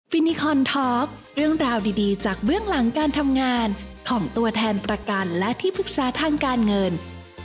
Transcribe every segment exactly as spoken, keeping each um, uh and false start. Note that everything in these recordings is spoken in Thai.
ฟินิคอนทอล์กเรื่องราวดีๆจากเบื้องหลังการทำงานของตัวแทนประกันและที่ปรึกษาทางการเงิน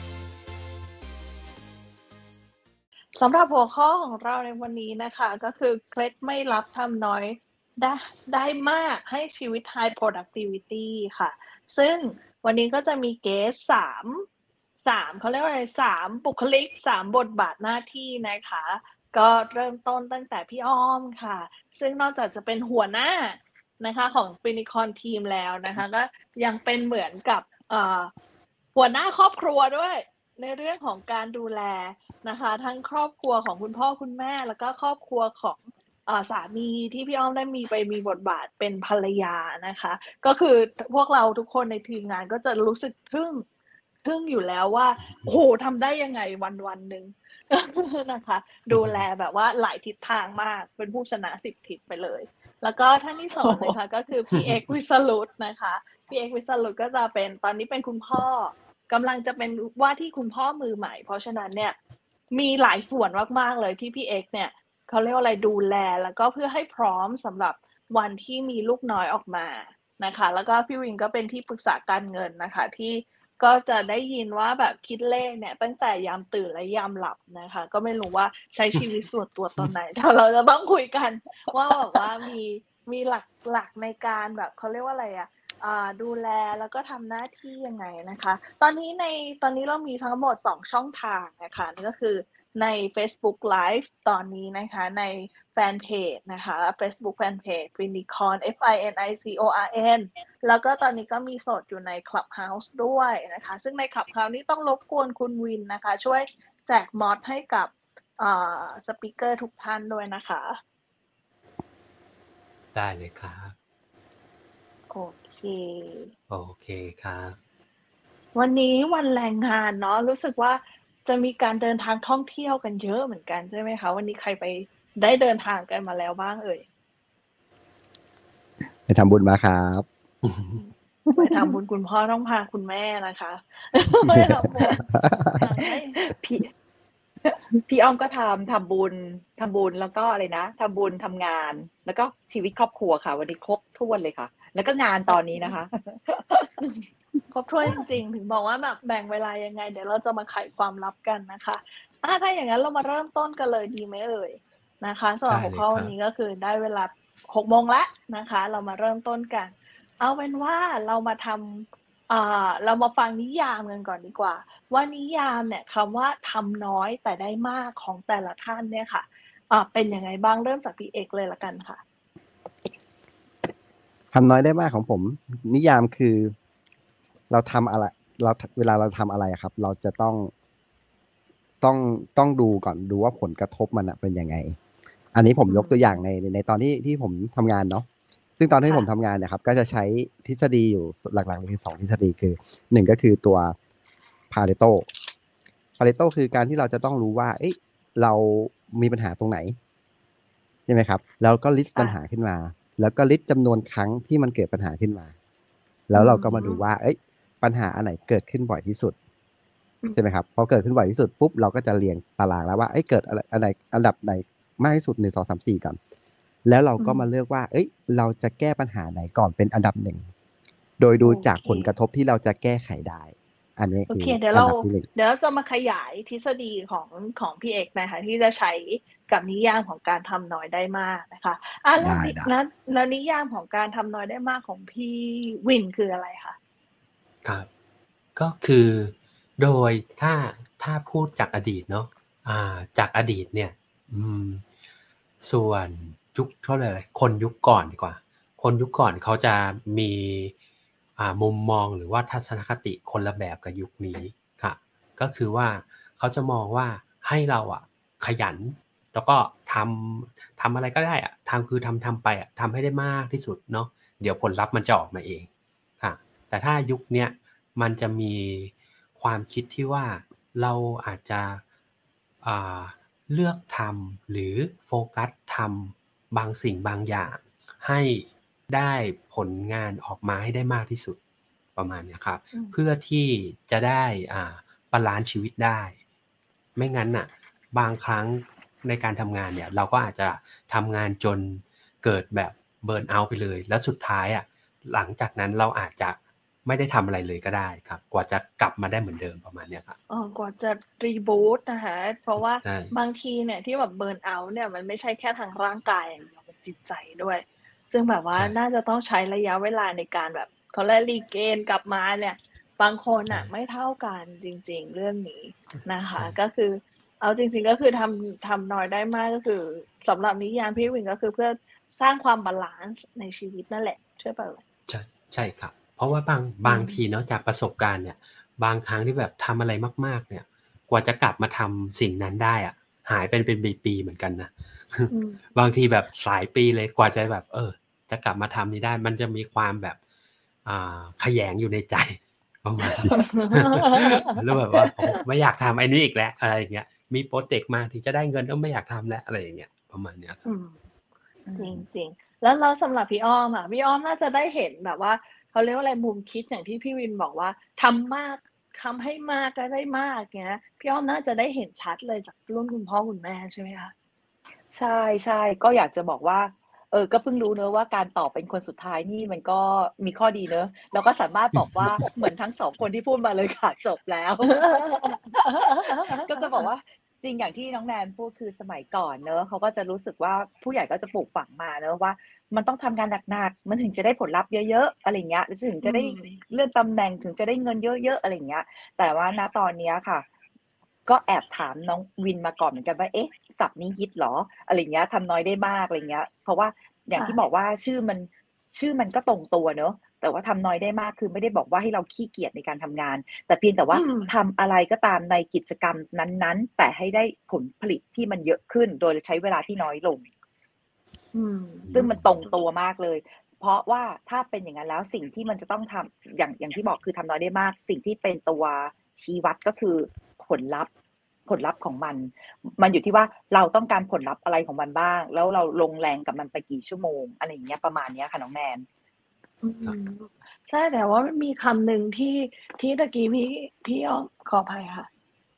สำหรับหัวข้อของเราในวันนี้นะคะก็คือเคล็ดไม่รับทำน้อยได้ได้มากให้ชีวิต High Productivity ค่ะซึ่งวันนี้ก็จะมีเกสต์สามสามเขาเรียกว่าอะไรสามบุคลิกสามบทบาทหน้าที่นะคะก็เริ่มต้นตั้งแต่พี่อ้อมค่ะซึ่งนอกจากจะเป็นหัวหน้านะคะของ Finicon Team แล้วนะคะก็ยังเป็นเหมือนกับเอ่อหัวหน้าครอบครัวด้วยในเรื่องของการดูแลนะคะทั้งครอบครัวของคุณพ่อคุณแม่แล้วก็ครอบครัวของเอ่อสามีที่พี่อ้อมได้มีไปมีบทบาทเป็นภรรยานะคะก็คือพวกเราทุกคนในทีมงานก็จะรู้สึกทึ่งทึ่งอยู่แล้วว่าโอ้โหทำได้ยังไงวันวันหนึ่ง นะคะดูแลแบบว่าหลายทิศทางมากเป็นผู้ชนะสิบทิศไปเลยแล้วก็ท่านที่สองนะคะก็คือพี่เอกวิสรุตนะคะพี่เอกวิสรุตก็จะเป็นตอนนี้เป็นคุณพ่อกำลังจะเป็นว่าที่คุณพ่อมือใหม่เพราะฉะนั้นเนี่ยมีหลายส่วนมากๆเลยที่พี่เอกเนี่ยเขาเรียกว่าอะไรดูแลแล้วก็เพื่อให้พร้อมสำหรับวันที่มีลูกน้อยออกมานะคะแล้วก็พี่วินก็เป็นที่ปรึกษาการเงินนะคะที่ก็จะได้ยินว่าแบบคิดเลขเนี่ยตั้งแต่ยามตื่นและยามหลับนะคะก็ไม่รู้ว่าใช้ชีวิตส่วนตัวตอนไหนแต่เราจะต้องคุยกันว่าแบบว่ามีมีหลักหลักในการแบบเขาเรียกว่าอะไรอะดูแลแล้วก็ทำหน้าที่ยังไงนะคะตอนนี้ในตอนนี้เรามีทั้งหมดสองช่องทางนะคะนั่นก็คือใน Facebook Live ตอนนี้นะคะในแฟนเพจนะคะ Facebook Fanpage Finicon F I N I C O R N แล้วก็ตอนนี้ก็มีสดอยู่ใน Clubhouse ด้วยนะคะซึ่งใน Clubhouse นี้ต้องรบกวนคุณวินนะคะช่วยแจกมอดให้กับสปีกเกอร์ทุกท่านด้วยนะคะได้เลยครับโอเคโอเคครับวันนี้วันแรงงานเนาะรู้สึกว่าจะมีการเดินทางท่องเที่ยวกันเยอะเหมือนกันใช่ไหมคะวันนี้ใครไปได้เดินทางกันมาแล้วบ้างเอ่ยไปทำบุญมาครับไปทำบุญคุณพ่อต้องพาคุณแม่นะคะไปทำบุญพี่พี่อ้อมก็ทำทำบุญทำบุญแล้วก็อะไรนะทำบุญทำงานแล้วก็ชีวิตครอบครัวค่ะวันนี้ครบถ้วนเลยค่ะแล้วก็งานตอนนี้นะคะครบถ้วนจริงๆถึงบอกว่าแบบแบ่งเวลายังไงเดี๋ยวเราจะมาไขความลับกันนะคะอ่ะถ้าอย่างนั้นเรามาเริ่มต้นกันเลยดีไหมเอ่ยนะคะสำหรับหัวข้อวันนี้ก็คือได้เวลาหกโมงแล้วนะคะเรามาเริ่มต้นกันเอาเป็นว่าเรามาทำอ่าเรามาฟังนิยามกันก่อนดีกว่าว่านิยามเนี่ยคำว่าทำน้อยแต่ได้มากของแต่ละท่านเนี่ยค่ะอ่าเป็นยังไงบ้างเริ่มจากพี่เอกเลยละกันค่ะทำน้อยได้มากของผมนิยามคือเราทำอะไรเราเวลาเราทำอะไรครับเราจะต้องต้องต้องดูก่อนดูว่าผลกระทบมันเป็นยังไงอันนี้ผมยกตัวอย่างในในตอนที่ที่ผมทำงานเนาะซึ่งตอนที่ผมทำงานเนี่ยครับก็จะใช้ทฤษฎีอยู่หลักๆคือสองทฤษฎีคือหนึ่งก็คือตัว Pareto Pareto คือการที่เราจะต้องรู้ว่าเอ๊ะเรามีปัญหาตรงไหนใช่ไหมครับแล้วก็ลิสต์ปัญหาขึ้นมาแล้วก็ลิสต์จำนวนครั้งที่มันเกิดปัญหาขึ้นมาแล้วเราก็มาดูว่าเอ้ยปัญหาอันไหนเกิดขึ้นบ่อยที่สุดใช่ไหมครับพอเกิดขึ้นบ่อยที่สุดปุ๊บเราก็จะเรียงตารางแล้วว่าเอ้ยเกิดอะไรอันไหนอันดับไหนมากที่สุดหนึ่งสองสามสี่ก่อนแล้วเราก็มาเลือกว่าเอ้ยเราจะแก้ปัญหาไหนก่อนเป็นอันดับหนึ่งโดยดูจากผลกระทบที่เราจะแก้ไขได้อันนี้คืออันดับที่หนึ่งเดี๋ยวเราจะมาขยายทฤษฎีของของพี่เอกนะคะที่จะใช้กับนิยามของการทำน้อยได้มากนะคะอ่ะแล้วแล้วนิยามของการทำน้อยได้มากของพี่วินคืออะไรคะครับก็คือโดยถ้าถ้าพูดจากอดีตเนาะอ่าจากอดีตเนี่ยอืมส่วนยุคเท่าไหร่คนยุคก่อนดีกว่าคนยุคก่อนเขาจะมีอ่ามุมมองหรือว่าทัศนคติคนละแบบกับยุคนี้ค่ะก็คือว่าเขาจะมองว่าให้เราอ่ะขยันแล้วก็ทำทำอะไรก็ได้อ่ะทำคือทำทำไปอ่ะทำให้ได้มากที่สุดเนาะเดี๋ยวผลลัพธ์มันจะออกมาเองค่ะแต่ถ้ายุคเนี้ยมันจะมีความคิดที่ว่าเราอาจจะอ่าเลือกทำหรือโฟกัสทำบางสิ่งบางอย่างให้ได้ผลงานออกมาให้ได้มากที่สุดประมาณนี้ครับเพื่อที่จะได้อ่าบาลานซ์ชีวิตได้ไม่งั้นน่ะบางครั้งในการทำงานเนี่ยเราก็อาจจะทำงานจนเกิดแบบเบิร์นเอาท์ไปเลยแล้วสุดท้ายอ่ะหลังจากนั้นเราอาจจะไม่ได้ทำอะไรเลยก็ได้ครับกว่าจะกลับมาได้เหมือนเดิมประมาณเนี้ยครับอ๋อกว่าจะรีบูตนะคะเพราะว่าใช่บางทีเนี่ยที่แบบเบิร์นเอาท์เนี่ยมันไม่ใช่แค่ทางร่างกายอย่างเดียวมันจิตใจด้วย ซึ่งแบบว่าใช่น่าจะต้องใช้ระยะเวลาในการแบบเขาเรียกรีเกนกลับมาเนี่ยบางคนอ่ะใช่ไม่เท่ากันจริง ๆ เรื่องนี้นะคะใช่ก็คือเอาจริง ๆ ก็คือทำทำน้อยได้มากก็คือสำหรับนิยามพี่วินก็คือเพื่อสร้างความบาลานซ์ในชีวิตนั่นแหละใช่ป่ะเลยใช่ใช่ครับเพราะว่าบางบางทีเนาะจากประสบการณ์เนี่ยบางครั้งที่แบบทำอะไรมากๆเนี่ยกว่าจะกลับมาทำสิ่งนั้นได้อ่ะหายเป็นเป็นปีๆเหมือนกันนะอืมบางทีแบบหลายปีเลยกว่าจะแบบเออจะกลับมาทำนี้ได้มันจะมีความแบบอ่าขยงอยู่ในใจประมาณนี้ แล้วแบบว่าโอ้ไม่อยากทำไอ้นี้อีกแล้วอะไรอย่างเงี้ยมีโปรเจกต์มาถึงจะได้เงินก็ไม่อยากทำแล้วอะไรอย่างเงี้ยประมาณเนี้ยครับอืมจริงๆแล้วเราสำหรับพี่อ้อมอ่ะพี่อ้อมน่าจะได้เห็นแบบว่าเขาเรียกว่าอะไรมุมคิดอย่างที่พี่วินบอกว่าทำมากทำให้มากก็ได้มากเงี้ยพี่อ้อมน่าจะได้เห็นชัดเลยจากรุ่นคุณพ่อคุณแม่ใช่ไหมคะใช่ใช่ก็อยากจะบอกว่าเออก็เพิ่งรู้เนอะว่าการตอบเป็นคนสุดท้ายนี่มันก็มีข้อดีเนอะแล้วก็สามารถบอกว่า เหมือนทั้งสองคนที่พูดมาเลยค่ะจบแล้ว ก็จะบอกว่าจริงอย่างที่น้องแนนพูดคือสมัยก่อนเนอะเขาก็จะรู้สึกว่าผู้ใหญ่ก็จะปลูกฝังมาเนอะว่ามันต้องทำงานหนักๆมันถึงจะได้ผลลัพธ์เยอะๆอะไรเงี้ยถึงจะได้อืมเลื่อนตำแหน่งถึงจะได้เงินเยอะๆอะไรเงี้ยแต่ว่าณตอนเนี้ยค่ะ ก็แอบถามน้องวินมาก่อนเหมือนกันว่าเอ๊ะศัพท์นี้ฮิตเหรออะไรเงี้ยทำน้อยได้มากอะไรเงี้ยเพราะว่าอย่างที่บอกว่าชื่อมันชื่อมันก็ตรงตัวเนอะแต่ว่าทำน้อยได้มากคือไม่ได้บอกว่าให้เราขี้เกียจในการทำงาน แต่เพียงแต่ว่าอืมทำอะไรก็ตามในกิจกรรมนั้นๆ แต่ให้ได้ผลผลิตที่มันเยอะขึ้น โดยใช้เวลาที่น้อยลงอืมซึ่งมันตรงตัวมากเลย เพราะว่าถ้าเป็นอย่างนั้นแล้วสิ่งที่มันจะต้องทำอย่างอย่างที่บอกคือทำน้อยได้มาก สิ่งที่เป็นตัวชี้วัดก็คือผลลัพธ์ผลลัพธ์ของมัน มันอยู่ที่ว่าเราต้องการผลลัพธ์อะไรของมันบ้าง แล้วเราลงแรงกับมันไปกี่ชั่วโมงอะไรอย่างเงี้ยประมาณเนี้ยค่ะน้องแนนอืมใช่แต่ว่ามันมีคำหนึ่งที่ที่ตะกี้พี่พี่อ้อมขออภัยค่ะ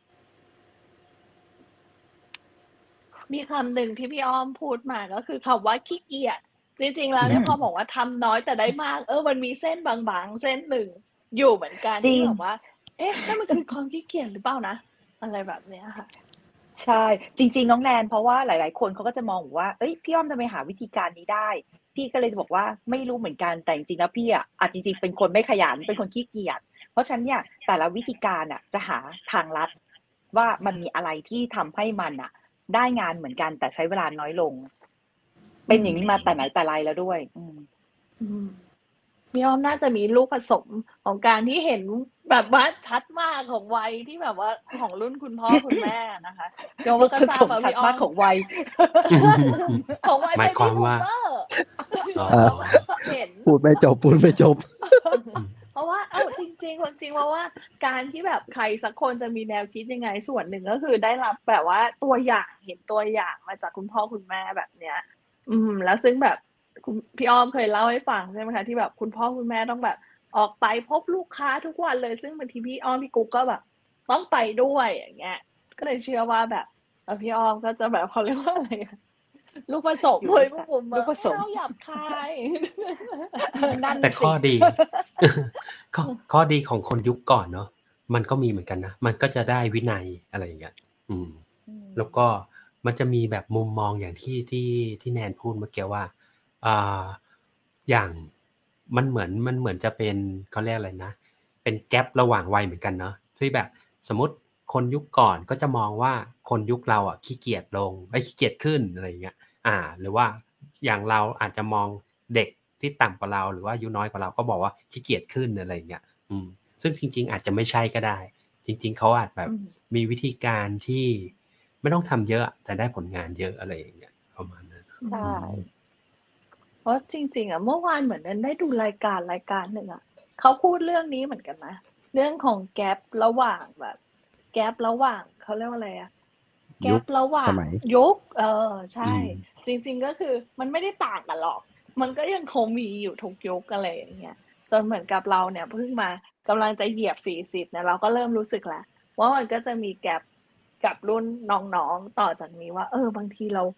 มีคำหนึ่งที่พี่อ้อมพูดมาก็คือคำว่าขี้เกียจจริงๆแล้วเนี่ยอืมพอบอกว่าทำน้อยแต่ได้มาก เออมันมีเส้นบางๆ เส้นหนึ่งอยู่เหมือนกันจริงที่แบบว่า เอ๊ะนั่นมันคือความขี้เกียจหรือเปล่านะ อะไรแบบเนี้ยค่ะใช่ จริง ๆ น้องแนนเพราะว่าหลาย ๆ คนเขาก็จะมองว่า เอ้ยพี่อ้อมทำไมหาวิธีการนี้ได้ พี่ก็เลยจะบอกว่าไม่รู้เหมือนกันแต่จริงๆแล้วพี่อ่ะอาจจริง ๆ เป็นคนไม่ขยันเป็นคนขี้เกียจเพราะฉะนั้นเนี่ยแต่ละวิธีการอ่ะจะหาทางลัดว่ามันมีอะไรที่ทำให้มันอ่ะ ได้งานเหมือนกันแต่ใช้เวลาน้อยลง เป็นอย่างนี้มาแต่ไหนแต่ไรแล้วด้วย อืมอืมพี่อ้อมน่าจะมีลูกผสมของการที่เห็นแบบว่าชัดมากของวัยที่แบบว่าของรุ่นคุณพ่อคุณแม่นะคะเดี๋ยวลูว่าก ก็ผทราสบมว่าชัดพี่อ้อมากมของวัยของวัยหมายความว่า อ๋อเราก็เห็นพูดไม่จบพูดไม่จบเพราะว่าเอ้าจริงๆจริงๆเพราะว่าการที่แบบใครสักคนจะมีแนวคิดยังไงส่วนหนึ่งก็คือได้รับแบบว่าตัวอย่างเห็นตัวอย่างมาจากคุณพ่อคุณแม่แบบเนี้ย อืม แล้วซึ่งแบบคุณพี่อ้อมเคยเล่าให้ฟังใช่ไหมคะที่แบบคุณพ่อคุณแม่ต้องแบบออกไปพบลูกค้าทุกวันเลย ซึ่งบางทีพี่อ้อมพี่กุ๊กก็แบบต้องไปด้วยอย่างเงี้ย ก็เลยเชื่อว่าแบบเออพี่อ้อมก็จะแบบเขาเรียกว่าอะไรอะลูกผสมอยู่เลในยพวกผมลูกผสมไม่เอาหยาบคายนั่นแต่สิข้อดี ข้อข้อดีของคนยุคก่อนเนาะมันก็มีเหมือนกันนะมันก็จะได้วินัยอะไรอย่างเงี้ยอืมอืมแล้วก็มันจะมีแบบมุมมองอย่างที่ที่ที่แนนพูดเมื่อกี้ว่าอ่าอย่างมันเหมือนมันเหมือนจะเป็นเขาเรียกอะไรนะเป็นแกประหว่างวัยเหมือนกันเนาะที่แบบสมมติคนยุคก่อนก็จะมองว่าคนยุคเราอ่ะขี้เกียจลงไอ้ยขี้เกียจขึ้นอะไรอย่างเงี้ยอ่า หรือว่าอย่างเราอาจจะมองเด็กที่ต่ำกว่าเราหรือว่าอายุน้อยกว่าเราก็บอกว่าขี้เกียจขึ้นอะไรอย่างเงี้ยอืม ซึ่งจริงๆอาจจะไม่ใช่ก็ได้ จริงๆเขาอาจแบบอืมมีวิธีการที่ไม่ต้องทำเยอะแต่ได้ผลงานเยอะอะไรอย่างเงี้ยประมาณนั้นใช่เพราะจริงๆอ่ะเมื่อวานเหมือนนั้นได้ดูรายการรายการหนึ่งอ่ะเขาพูดเรื่องนี้เหมือนกันนะเรื่องของแกประหว่างแบบ แกประหว่างเขาเรียกว่าอะไรอ่ะแกยุคประหว่างสมัยยุคเออใช่อืมจริง ๆก็คือมันไม่ได้ต่างกันหรอก มันก็ยังคงมีอยู่ทุกยุคอะไรอย่างเงี้ยจนเหมือนกับเราเนี่ยเพิ่งมากำลังจะเหยียบสี่สิบเนี่ยเราก็เริ่มรู้สึกแล้วว่ามันก็จะมีแกปกับรุ่นน้องๆต่อจากนี้ว่า เออบางทีเรา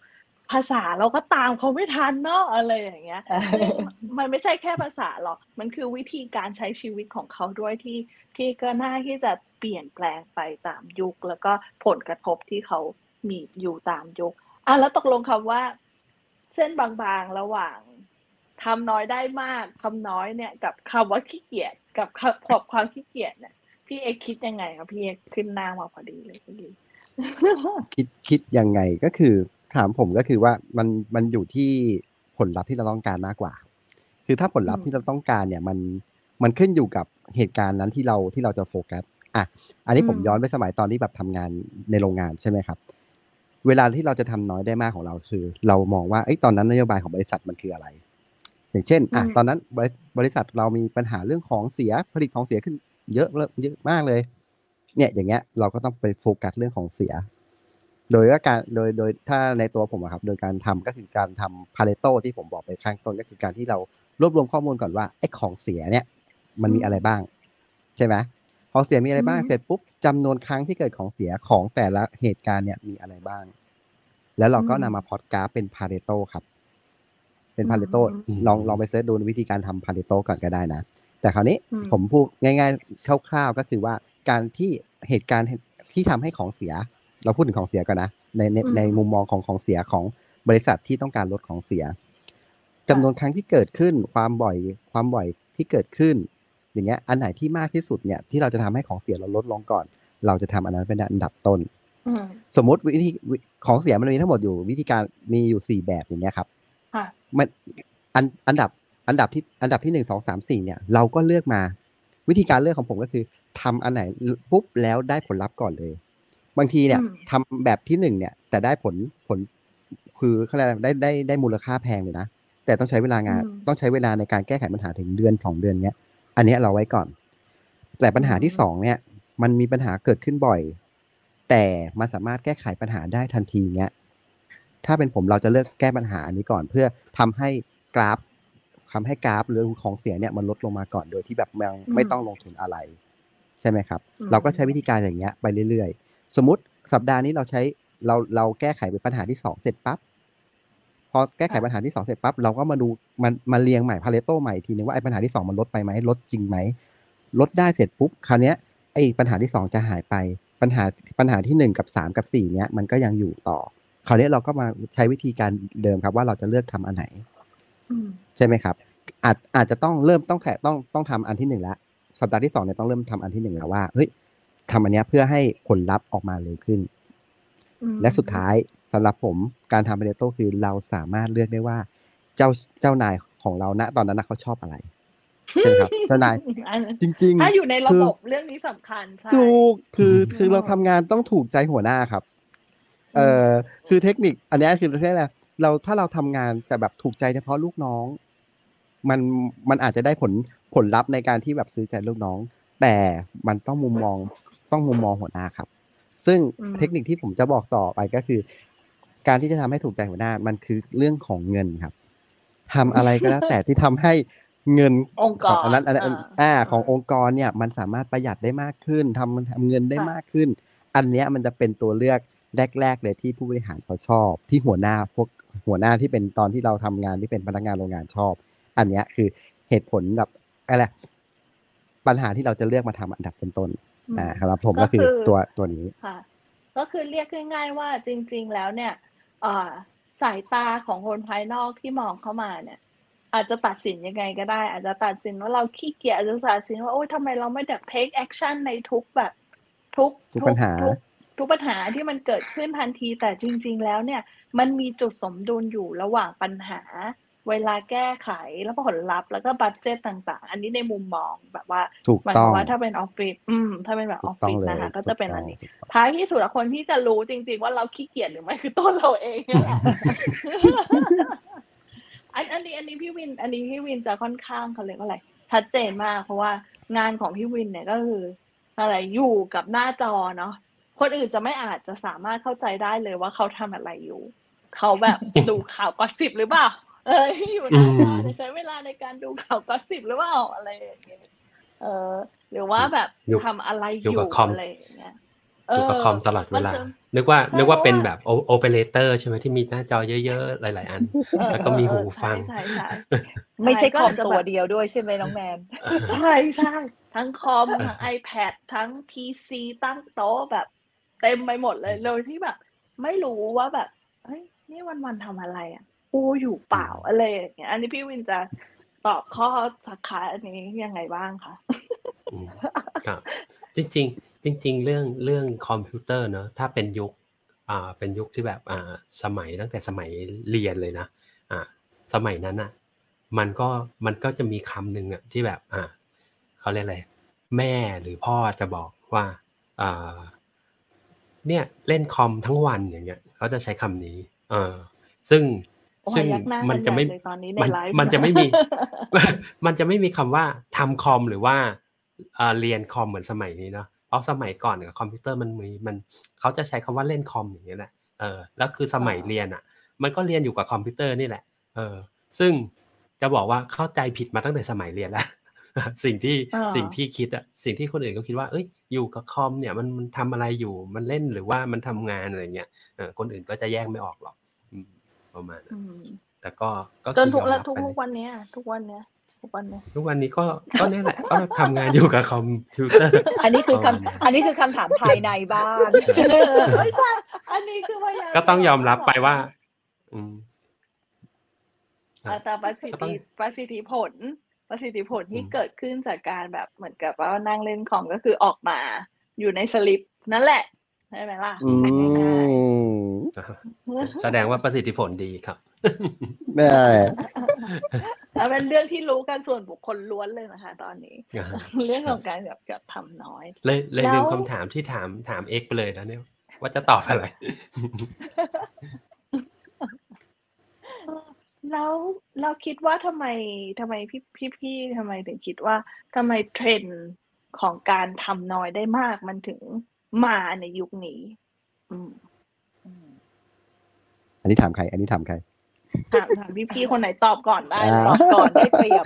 ภาษาเราก็ตามเขาไม่ทันเนาะอะไรอย่างเงี้ยเออซึ่งมันไม่ใช่แค่ภาษาหรอกมันคือวิธีการใช้ชีวิตของเขาด้วยที่ที่ก็น่าที่จะเปลี่ยนแปลงไปตามยุค แล้วก็ผลกระทบที่เขามีอยู่ตามยุคอ่ะแล้วตกลงคำว่า เส้นบางๆระหว่างทำน้อยได้มากทำน้อยเนี่ย กับคำว่าขี้เกียจกับคำขอบความขี้เกียจเนี่ยพี่เอกคิดยังไงครับพี่เอกขึ้นหน้ามาพอดีเลยพอดีคิดคิดยังไงก็คือถามผมก็คือว่ามันมันอยู่ที่ผลลัพธ์ที่เราต้องการมากกว่า คือถ้าผลลัพธ์ที่เราต้องการเนี่ยมันมันขึ้นอยู่กับเหตุการณ์นั้นที่เราที่เราจะโฟกัสอ่ะอันนี้ผมย้อนไปสมัยตอนที่แบบทำงานในโรงงานใช่ไหมครับ เวลาที่เราจะทำน้อยได้มากของเราคือ เรามองว่าไอ้ตอนนั้นนโยบายของบริษัทมันคืออะไร อย่างเช่นอ่ะตอนนั้นบริบริษัทเรามีปัญหาเรื่องของเสียผลิตของเสียขึ้นเยอะเยอะมากเลย เนี่ยอย่างเงี้ยเราก็ต้องไปโฟกัสเรื่องของเสีย โดยว่าการโดยโดยถ้าในตัวผมอะครับโดยการทำก็คือการทำพาเลโตที่ผมบอกไปข้างต้นก็คือการที่เรารวบรวมข้อมูลก่อนว่าไอ้ของเสียเนี่ยมันมีอะไรบ้างใช่ไหมของเสียมีอะไรบ้างเสร็จปุ๊บจำนวนครั้งที่เกิดของเสียของแต่ละเหตุการณ์เนี่ยมีอะไรบ้างแล้วเราก็นำมาพล็อตกราฟเป็นพาเลโตครับเป็นพาเลโตลองลองไปเสิร์ชดูวิธีการทำพาเลโตก่อนก็ได้นะแต่คราวนี้ผมพูดง่ายๆคร่าวๆก็คือว่าการที่เหตุการณ์ที่ทำให้ของเสียเราพูดถึงของเสียก่อนนะในในในมุมมองของของเสียของบริษัทที่ต้องการลดของเสียจำนวนครั้งที่เกิดขึ้นความบ่อยความบ่อยที่เกิดขึ้นอย่างเงี้ยอันไหนที่มากที่สุดเนี่ยที่เราจะทำให้ของเสียเราลดลงก่อนเราจะทำอันนั้นเป็นอันดับต้นสมมติวิธีของเสียมันมีทั้งหมดอยู่วิธีการมีอยู่สี่แบบอย่างเงี้ยครับมันอันอันดับอันดับที่อันดับที่หนึ่งสองสามสี่เนี่ยเราก็เลือกมาวิธีการเลือกของผมก็คือทำอันไหนปุ๊บแล้วได้ผลลัพธ์ก่อนเลยบางทีเนี่ยทำแบบที่หนึ่งเนี่ยแต่ได้ผลผลคือเขาเรียกได้ได้ได้มูลค่าแพงเลยนะแต่ต้องใช้เวลางานต้องใช้เวลาในการแก้ไขปัญหาถึงเดือนสองเดือนเนี้ยอันนี้เราไว้ก่อนแต่ปัญหาที่สองเนี่ยมันมีปัญหาเกิดขึ้นบ่อยแต่มันสามารถแก้ไขปัญหาได้ทันทีเนี้ยถ้าเป็นผมเราจะเลือกแก้ปัญหานี้ก่อนเพื่อทำให้กราฟทำให้กราฟหรือของเสียเนี่ยมันลดลงมาก่อนโดยที่แบบยังไม่ต้องลงทุนอะไรใช่ไหมครับเราก็ใช้วิธีการอย่างเงี้ยไปเรื่อยๆสมมติสัปดาห์นี้เราใช้เราเราแก้ไขเป็นปัญหาที่สองเสร็จปั๊บพอแก้ไขปัญหาที่สองเสร็จปั๊บเราก็มาดูมันมาเรียงใหม่พาเลโตใหม่ทีนึงว่าไอ้ปัญหาที่สองมันลดไปไหมลดจริงไหมลดได้เสร็จปุ๊บคราวเนี้ยไอ้ปัญหาที่สองจะหายไปปัญหาปัญหาที่หนึ่งกับสามกับสี่เนี้ยมันก็ยังอยู่ต่อคราวนี้เราก็มาใช้วิธีการเดิมครับว่าเราจะเลือกทำอันไหนใช่ไหมครับอาจอาจจะต้องเริ่มต้องแค่ต้องต้องทำอันที่หนึ่งแล้วสัปดาห์ที่สองเนี่ยต้องเริ่มทำอันที่หนึ่งแล้วว่าเฮ้ยทำอันนี้เพื่อให้ผลลัพธ์ออกมาเร็วขึ้นและสุดท้ายสำหรับผมการทำพาเลโตคือเราสามารถเลือกได้ว่าเจ้าเจ้านายของเราณตอนนั้นเขาชอบอะไรใช่ครับเจ้านายจริงๆถ้าอยู่ในระบบเรื่องนี้สำคัญใช่ถูกคือคือเราทำงานต้องถูกใจหัวหน้าครับเอ่อคือเทคนิคอันนี้คือเรื่องอะไรเราถ้าเราทำงานแต่แบบถูกใจเฉพาะลูกน้องมันมันอาจจะได้ผลผลลัพธ์ในการที่แบบซื้อใจลูกน้องแต่มันต้องมุมมองต้องมุมมองหัวหน้าครับซึ่งเทคนิคที่ผมจะบอกต่อไปก็คือการที่จะทำให้ถูกใจหัวหน้ามันคือเรื่องของเงินครับทำอะไรก็แล้วแต่ที่ทำให้เงินของอันนั้นอันนั้นอ่าขององค์กรเนี่ยมันสามารถประหยัดได้มากขึ้นทำทำเงินได้มากขึ้นอันเนี้ยมันจะเป็นตัวเลือกแรกๆเลยที่ผู้บริหารเขาชอบที่หัวหน้าพวกหัวหน้าที่เป็นตอนที่เราทำงานที่เป็นพนักงานโรงงานชอบอันเนี้ยคือเหตุผลแบบอะไรปัญหาที่เราจะเลือกมาทำอันดับต้นๆอ่าครับผมก็คือตัวตัวนี้ค่ะก็คือเรียกง่ายๆว่าจริงๆแล้วเนี่ยเอ่อสายตาของคนภายนอกที่มองเข้ามาเนี่ยอาจจะตัดสินยังไงก็ได้อาจจะตัดสินว่าเราขี้เกียจอาจจะตัดสินว่าโอ๊ยทำไมเราไม่แบบ take action ในทุกแบบทุกทุกปัญหาทุกปัญหาที่มันเกิดขึ้นทันทีแต่จริงๆแล้วเนี่ยมันมีจุดสมดุลอยู่ระหว่างปัญหาเวลาแก้ไขแล้วผลลัพธ์แล้วก็บัดเจ็ตต่างๆอันนี้ในมุมมองแบบว่าหมายความว่าถ้าเป็นออฟฟิศอืมถ้าเป็นแบบออฟฟิศนะคะก็จะเป็นอันนี้ท้ายที่สุดคนที่จะรู้จริงๆว่าเราขี้เกียจหรือไม่คือตัวเราเองนี่แหละ อันอันนี้อันนี้พี่วินอันนี้พี่วินจะค่อนข้างเขาเรียกว่าอะไรชัดเจนมากเพราะว่างานของพี่วินเนี่ยก็คืออะไรอยู่กับหน้าจอเนาะคนอื่นจะไม่อาจจะสามารถเข้าใจได้เลยว่าเขาทำอะไรอยู่เขาแบบดูข่าวกอสซิปหรือเปล่าเอออยู่หน้าจอใช้เวลาในการดูข่าวกอสซิปหรือเปล่าอะไรอย่างเงี้ยเออหรือว่าแบบทำอะไรอยู่อะไรอย่างเงี้ยอยู่กับคอมตลอดเวลานึกว่าใช่นึกเพว่าราะเป็นว่าแบบ โอ โอเปอเรเตอร์ใช่ไหมที่มีหน้าจอเยอะ ๆ หลาย ๆ อันเออแล้วก็มีหูๆ ๆฟังใช่ ๆ ๆไม่ใช่ก็คออามจจะตัแบวบเดียวด้วยใช่ไหมน้องแนน? ใช่ ๆ ทั้งคอม ทั้ง iPad ทั้ง พี ซี ตั้งโต๊ะแบบเต็มไปหมดเลอืย โดยที่แบบไม่รู้ว่าแบบ เฮ้ย นี่วัน ๆ ทำอะไรอะ กูอยู่เปล่าอืมอะไรอย่างเงี้ย อันนี้พี่วินจะตอบข้อสักค้านอันนี้ยังไงบ้างคะ? อืม ครับ จริง ๆ จริง ๆ เรื่อง เรื่องคอมพิวเตอร์เนาะ ถ้าเป็นยุค อ่า เป็นยุคที่แบบ อ่า สมัยตั้งแต่สมัยเรียนเลยนะ อ่า สมัยนั้นน่ะ มันก็ มันก็จะมีคำหนึ่งอะที่แบบ อ่า เขาเรียกอะไร แม่หรือพ่อจะบอกว่า อ่า เนี่ยเล่นคอมทั้งวัน อย่างเงี้ย เขาจะใช้คำนี้ เออ ซึ่งโอ้ซึ่งพยักหน้ามักัน นจใหญ่ไม่เลยตอนนี้ในมันไลฟ์มันนจะไม่มี มันจะไม่มีคำว่าทำคอม หรือว่า อ่า เรียนคอมเหมือนสมัยนี้เนาะ เพราะสมัยก่อนอะคอมพิวเตอร์มันมี มัน เขาจะใช้คำว่าเล่นคอม อย่างเงี้ยแหละ เออ แล้วคือสอ๋มัยเรียนอน่ะ มันก็เรียนอยู่กับคอมพิวเตอร์นี่แหละ เออ ซึ่งจะบอกว่าเข้าใจผิดมาตั้งแต่สมัยเรียน แล้ว สิ่งที่อ้อสิ่งที่คิดอะ สิ่งที่คนอื่นก็คิดว่า เฮ้ย อยู่กับคอมเนี่ยมัน มันทำอะไรอยู่ มันเล่นหรือว่ามันทำงาน อะไรอย่างเงี้ย เออ คนอื่นก็จะแยกไม่ออกหรอก อืม ประมาณนั้อืนมแต่ก็ ก็จนทคือุก แลยอม้วรับทุกไปเทลุกยวันเนี้ย ทุกวันเนี้ย ทุกวันเนี้ยทุกวันนี้ก็ ก็เนี่ยแหละ ก็ทำงานอยู่กับคอมพิวเตอร์อันนี้คืปอระคมาณนั้นำ อันนี้คือคำถามภายในบ้านครับเออ ไม่ใช่ อันนี้คือพยายามก็จต้องยอมแบบว่ารับบอไปกว่วา่าอืม คอรัาบแต่ประสิทก็ต้อธิงประสิทธิผล ประสิทธิผลอทืี่มเกิดขึ้นจากการแบบเหมือนกับว่านั่งเล่นคอม ก็คือออกมาอยู่ในสลิปนั่นแหละ ใช่ไหมล่ะอืง่ายมอะฮะๆแสดงว่าประสิทธิผลดีครับได้แล้วเป็นเรื่องที่รู้กันส่วนบุคคลล้วนเลยนะคะตอนนี้อะฮะเรื่องครขับองการแบบ แบบทำน้อยเลย เลยแล้ลืมวคำถามที่ถาม ถาม X ไปเลยนะเนี่ย ว่าจะตอบอะไรเออ แล้ว แล้วคิดว่าทำไม ทำไมพี่ พี่ ๆ ทำไมถึงคิดว่า ทำไม trend ของการทำน้อยได้มากมันถึงมาในยุคนี้? อืมอืมอันนี้ถามใคร อันนี้ถามใคร? ถาม ถามพี่ ๆ คนไหนตอบก่อนได้อาเลยตอบก่อนได้เปรียบ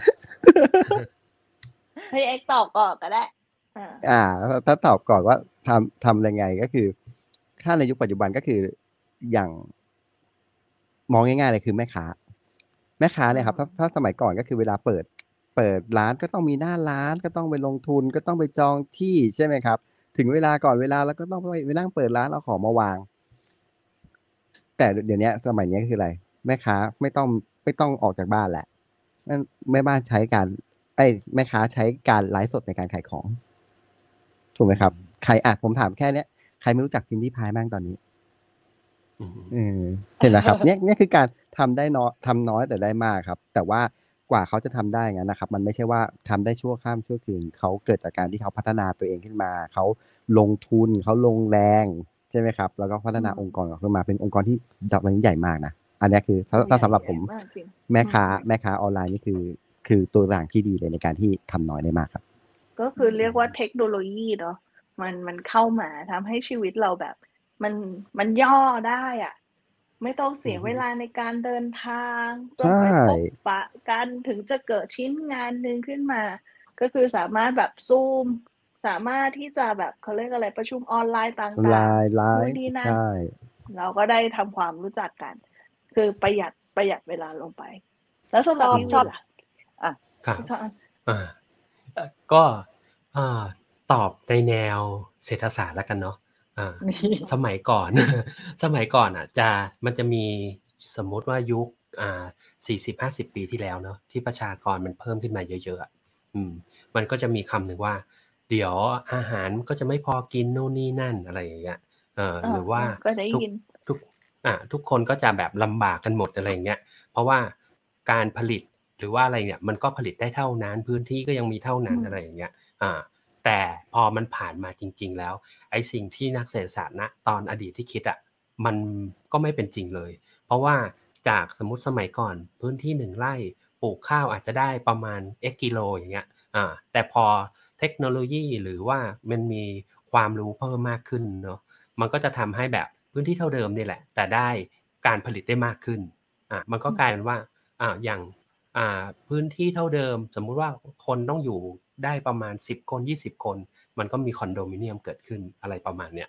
ให้ X ตอบก่อนก็ได้ อาอา ถ้าตอบก่อนว่าทำ ทำยังไง ก็คือ ถ้าในยุคปัจจุบัน ก็คืออย่าง มองง่าย ๆ เลยคือแม่ค้า แม่ค้าอืเนี่ยครับ ถ้ามถ้าสมัยก่อน ก็คือเวลาเปิด เปิดร้านก็ต้องมีหน้าร้าน ก็ต้องไปลงทุน ก็ต้องไปจองที่ ใช่ไหมครับ ถึงเวลาก่อนเวลาเราก็ต้องไป ไปนั่งเปิดร้านเอาของมาวาง แต่ ด เดี๋ยวเนี้ย สมัยเนี้ยคืออะไร แม่ค้าไม่ต้อง ไม่ต้องออกจากบ้านแล้ว นั่น แม่บ้านใช้การ เอ๊ย แม่ค้าใช้การไลฟ์สดในการขายของ ถูกไหมครับ ใคร อะ ผมถามแค่เนี้ย ใครไม่รู้จักพิมพ์ริพายบ้างตอนนี้? อืมเออ เห็นไหมครับ เนี่ย เนี่ยคือการทำได้น้อย ทำน้อยแต่ได้มากครับ แต่ว่ากว่าเขาจะทำได้อย่างงั้นน่ะครับ มันไม่ใช่ว่าทำได้ชั่วข้ามชั่วคืน เขาเกิดจากการที่เขาพัฒนาตัวเองขึ้นมา เขาลงทุน เขาลงแรง ใช่ไหมครับ แล้วก็พัฒนาอืมองค์กรขึ้นมา เป็นองค์กรที่ จ ตอนนี้ใหญ่มากนะ อันเนี้ยคือ ถ้าโอ้ถ้าใหญ่สำหรับผมใหญ่มากจริงแม่อืค้ามแม่ค้าออนไลน์นี่คือ คือตัวอย่างที่ดีเลยในการที่ทำน้อยได้มากครับก็คือเรียกว่าเทคโนโลยีเนาะ มัน มันเข้ามาทำให้ชีวิตเราแบบ มัน มันย่อได้อะ ไม่ต้องเสอืียอฮเวึลาในการเดินทางใชต้องไปพบ่ปะกัน ถึงจะเกิดชิ้นงานหนึ่งขึ้นมา ก็คือสามารถแบบ Zoom สามารถที่จะแบบ เขาเรียกอะไร ประชุมออนไลน์ตออนไล่างน์ ไลๆ นู่นฟ์นี่นัใช่่น เราก็ได้ทำความรู้จักกัน คือประหยัด ประหยัดเวลาลงไป แล้วสำหชอบรับพี่ชวิอน บล่ะ? อะครับช อาอา เอ่อ ก็ อ่า ตอบในแนวเศรษฐศาสตร์แล้วกันเนาะ อ่า สมัยก่อน สมัยก่อนอะจะ มันจะมี สมมุติว่ายุค อ่า สี่สิบห้าสิบ ปีที่แล้วเนาะ ที่ประชากรมันเพิ่มขึ้นมาเยอะ ๆ อะ อืม มันก็จะมีคำหนึ่งว่า เดี๋ยวอาหารก็จะไม่พอกินนู่นนี่นั่น อะไรอย่างเงี้ย เอ่ออหรือว่าา ๆ ก็ได้ทุกยินทุก อ่า ทุกคนก็จะแบบลำบากกันหมด อะไรอย่างเงี้ย เพราะว่าการผลิต หรือว่าอะไรเนี่ย มันก็ผลิตได้เท่านั้น พื้นที่ก็ยังมีเท่าอืนั้นมอะไรอย่างเงี้ย อ่า แต่พอมันผ่านมาจริง ๆ แล้ว ไอ้สิ่งที่นักเศรษฐศาสตร์ ณ ตอนอดีตที่คิดอะ มันก็ไม่เป็นจริงเลย เพราะว่าจากสมมุติสมัยก่อนพื้นที่ หนึ่ง ไร่ปลูกข้าวอาจจะได้ประมาณ X กิโล อย่างเงี้ย อ่า แต่พอเทคโนโลยี หรือว่ามันมีความรู้เพิ่มมากขึ้นเนาะ มันก็จะทำให้แบบพื้นที่เท่าเดิมนี่แหละ แต่ได้การผลิตได้มากขึ้น อ่า มันก็อืมกลายเป็นว่า อ่า อย่าง อ่า พื้นที่เท่าเดิม สมมุติว่าคนต้องอยู่ได้ประมาณ สิบ คน ยี่สิบ คน มันก็มีคอนโดมิเนียมเกิดขึ้น อะไรประมาณเนี้ย ซ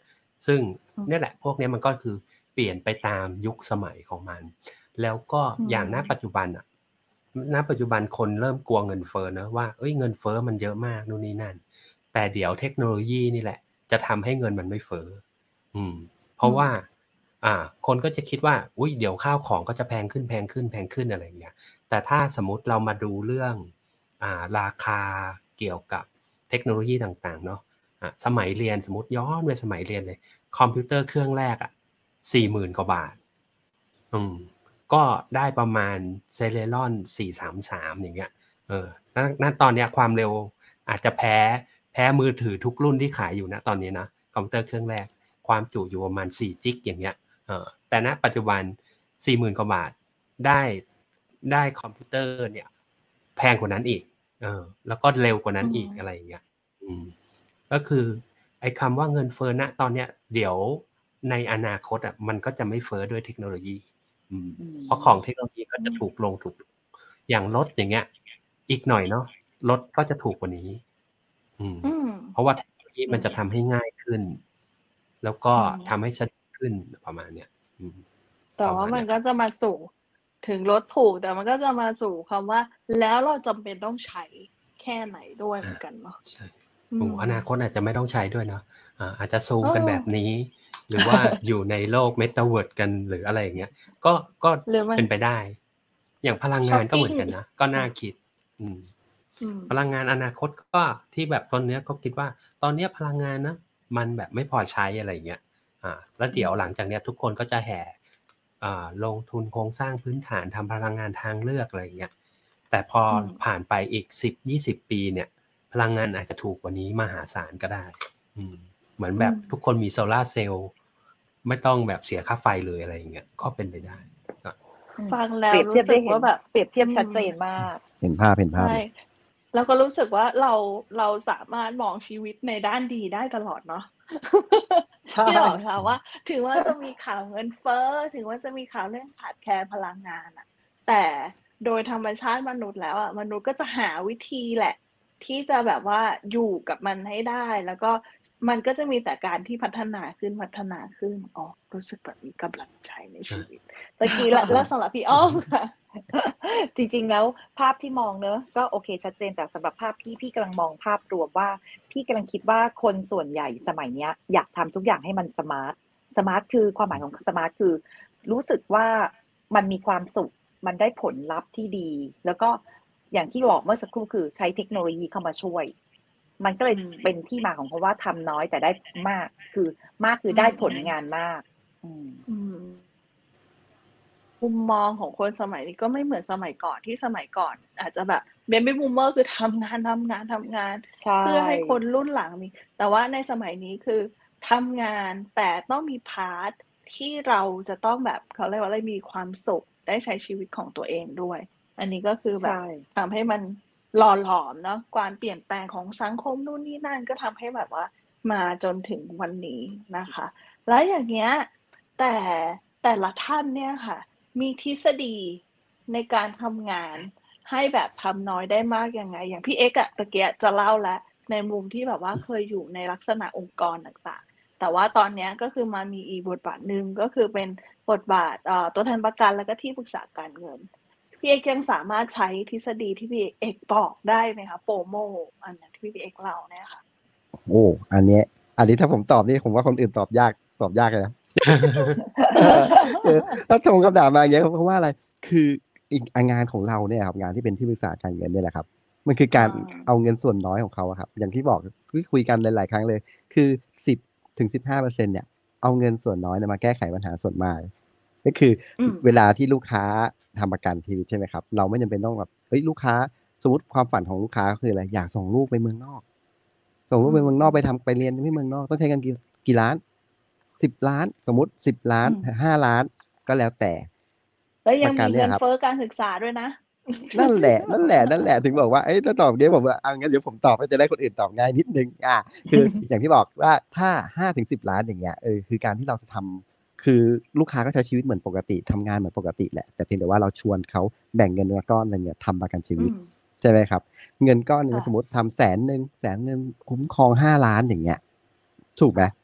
ซึ่งอืมเนี่ยแหละพวกเนี้ยมันก็คือเปลี่ยนไปตามยุคสมัยของมัน แล้วก็อืมอย่างณปัจจุบันอะณปัจจุบันคนเริ่มกลัวเงินเฟ้อเนอะว่าเอ้ยเงินเฟ้อมันเยอะมากนู่นนี่นั่น แต่เดี๋ยวเทคโนโลยีนี่แหละ จะทำให้เงินมันไม่เฟ้ออืม เพราะว่า อ่า คนก็จะคิดว่าอุ้ยเดี๋ยวข้าวของก็จะแพงขึ้นแพงขึ้นแพงขึ้นอะไรอย่างเงี้ย แต่ถ้าสมมติเรามาดูเรื่อง อ่า ราคาเกี่ยวกับเทคโนโลยีต่างๆเนาะอ่ะสมัยเรียนสมมติย้อนไปสมัยเรียนเลยคอมพิวเตอร์เครื่องแรกอ่ะสี่หมื่นกว่าบาท อืม ก็ได้ประมาณ Celeron สี่สามสามอย่างเงี้ย เออณณตอนเนี้ยความเร็วอาจจะแพ้แพ้มือถือทุกรุ่นที่ขายอยู่นะตอนนี้นะคอมพิวเตอร์เครื่องแรกความจุอยู่ประมาณสี่จิกอย่างเงี้ย เออแต่ณปัจจุบัน สี่หมื่นกว่าบาทได้ได้คอมพิวเตอร์เนี่ยแพงกว่านั้นอีก เออ แล้วก็เร็วกว่านั้นอีกอืมอะไรอย่างเงี้ย อืม ก็คือไอ้คำว่าเงินเฟ้อณตอนเนี้ยเดี๋ยวในอนาคตอ่ะมันก็จะไม่เฟ้อด้วยเทคโนโลยี อืมอืมเพราะของเทคโนโลยีก็จะถูกลงถูกลงอย่างรถอย่างเงี้ย อีกหน่อยเนาะรถก็จะถูกกว่านี้ อืมอืมเพราะว่าเทคโนโลยีมันจะทำให้ง่ายขึ้น แล้วก็อืมทำให้สะดวกขึ้นประมาณเนี้ย อืมแต่ประว่ามาณมัเนี้นยคก็รับจะมาสู่ถึงลดถูกแต่มันก็จะมาสู่คำว่า แล้วเราจำเป็นต้องใช้แค่ไหนด้วยเหมือนกันเนาะใช่อืโอ้มอนาคตอาจจะไม่ต้องใช้ด้วยเนาะ อ่า อาจจะซูมเออกันแบบนี้ หรือว่าอยู่ในโลก Metaverse กันหรืออะไรอย่างเงี้ย ก็ ก็หรือมันเป็นไปได้ อย่างพลังช้งาอปนก็ปิเหมืงอนกันนะ ก็น่าคิด อืมอืมพลังงานอนาคตก็ที่แบบตอนเนี้ยก็คิดว่า ตอนเนี้ยพลังงานนะมันแบบไม่พอใช้อะไรอย่างเงี้ย อ่า แล้วอืเดี๋ยวมหลังจากเนี้ยทุกคนก็จะแห่ อ่า ลงทุนโครงสร้างพื้นฐานทำพลังงานทางเลือกอะไรอย่างเงี้ย แต่พออืมผ่านไปอีก สิบยี่สิบ ปีเนี่ย พลังงานอาจจะถูกกว่านี้มหาศาลก็ได้ อืม เหมือนอืแบบมทุกคนมีโซลาร์เซลล์ ไม่ต้องแบบเสียค่าไฟเลยอะไรอย่างเงี้ย ก็เป็นไปได้ ก็อืมฟังแล้เปวรียบรูเทีย้ บสึได้กเห็ว่าน แบบเปรียบเทียบอืชัดมเจนมากเห็นภาพเห็นภาพใช่เลยแล้วก็รู้สึกว่าเรา เราสามารถมองชีวิตในด้านดีได้ตลอดเนาะใช่นึกออกไหมคะว่า ถึงว่าจะมีข่าวเงินเฟ้อ ถึงว่าจะมีข่าวเรื่องขาดแคลนพลังงานอะ แต่โดยธรรมชาติมนุษย์แล้วอะ มนุษย์ก็จะหาวิธีแหละ ที่จะแบบว่าอยู่กับมันให้ได้ แล้วก็มันก็จะมีแต่การที่พัฒนาขึ้น พัฒนาขึ้น อ๋อ รู้สึกแบบมีกำลังใจในใช่ชีวิต ตะกี้ แล้ว แล้วสำหรับพี่อ้อม ค่ะจริง ๆ แล้วภาพที่มองเนาะก็โอเคชัดเจน แต่สำหรับภาพพี่ พี่กำลังมองภาพรวมว่า พี่กำลังคิดว่าคนส่วนใหญ่สมัยเนี้ยอยากทำทุกอย่างให้มันสมาร์ต สมาร์ตคือความหมายของสมาร์ตคือ รู้สึกว่ามันมีความสุข มันได้ผลลัพธ์ที่ดี แล้วก็อย่างที่บอกเมื่อสักครู่คือใช้เทคโนโลยีเข้ามาช่วย มันก็เลอืยมเป็นที่มาของคำว่าทำน้อยแต่ได้มาก คือมากคือือได้ผลมงานมาก อืมอืม มุมมองของคนสมัยนี้ก็ไม่เหมือนสมัยก่อน ที่สมัยก่อนอาจจะแบบ Baby Boomer คือทำงาน ทำงาน ทำงานใช่เพื่อให้คนรุ่นหลังมี แต่ว่าในสมัยนี้คือทำงานแต่ต้องมี พาร์ต ที่เราจะต้องแบบ เขาเรียกว่าอะไร มีความสุข ได้ใช้ชีวิตของตัวเองด้วย อันนี้ก็คือแบใชบ่ ทำให้มันหล่อหลอมเนาะ การเปลี่ยนแปลงของสังคมนู่นนี่นั่น ก็ทำให้แบบว่ามาจนถึงวันนี้นะคะ แล้วอย่างเงี้ย แต่ แต่ละท่านเนี่ยค่ะ มีทฤษฎีในการทำงานให้แบบทำน้อยได้มากยังไง? อย่างพี่เอ็กซ์อะ ตะเกียจะเล่าแล้ว ในมุมที่แบบว่าเคยอยู่ในลักษณะองค์กรต่าง ๆ แต่ว่าตอนเนี้ยก็คือมามีอีกบทบาทหนึ่ง ก็คือเป็นบทบาท เอ่อ ตัวแทนประกัน แล้วก็ที่ปรึกษาการเงิน พี่เอ็กซ์ยังสามารถใช้ทฤษฎีที่พี่เอ็กซ์บอกได้ไหมคะ? โฟโม อันนั้นที่พี่เอ็กซ์เล่าเนี่ยค่ะโอ้ อันเนี้ย อันนี้ถ้าผมตอบนี่ผมว่าคนอื่นตอบยาก ตอบยากเลยนะ เออ คือถ้าส่งคำถามมาอย่างเงี้ย เพราะว่าอะไร คืออีก อ่า งานของเราเนี่ยครับ งานที่เป็นที่ปรึกษาการเงินเนี่ยแหละครับ มันคือการอาเอาเงินส่วนน้อยของเขาอะครับ อย่างที่บอก ที่คุยกันหลาย ๆ ครั้งเลย คือ สิบถึงสิบห้าเปอร์เซ็นต์ เนี่ย เอาเงินส่วนน้อยเนี่ยมาแก้ไขปัญหาส่วนมาก ก็คืออืมเวลาที่ลูกค้าทำประกันชีวิต ใช่ไหมครับ เราไม่จำเป็นต้องแบบ เฮ้ย ลูกค้า สมมุติความฝันของลูกค้าคืออะไร อยากส่งลูกไปเมืองนอก ส่งลูอืกไปเมืองนอกมไปทำ ไปเรียนที่เมืองนอก ต้องใช้เงินกี่ กี่ล้าน สิบล้าน สมมุติ สิบล้าอืนมห้าล้าน ก็แล้วแต่แล้วยัปงระกัมีนเเนี่งยินครัเบฟ้อการศึกษาด้วยนะนั่นแหละ นั่นแหละ นั่นแหละ ถึงบอกว่า เอ๊ะ ถ้าตอบอย่างงี้ผมว่า อา งั้นเดี๋ยวผมตอบให้จะได้คนอื่นตอบง่ายนิดหนึ่ง อา คืออย่างที่บอกว่า ถ้า ห้าถึงสิบล้าน อย่างเงี้ย เออ คือการที่เราจะทำ คือลูกค้าก็ใช้ชีวิตเหมือนปกติ ทำงานเหมือนปกติแหละ แต่เพียงแต่ว่าเราชวนเขาแบ่งเงินมาก้อนหนึ่งเนี่ยทำประกันชีอืวิตมใช่ไหมครับ เงินก้อนหนึ่งค่ะสมมุติทำ แสนหนึ่ง แสนหนึ่ง คุ้มครอง ห้าล้าน อย่างเงี้ย ถูกไหม?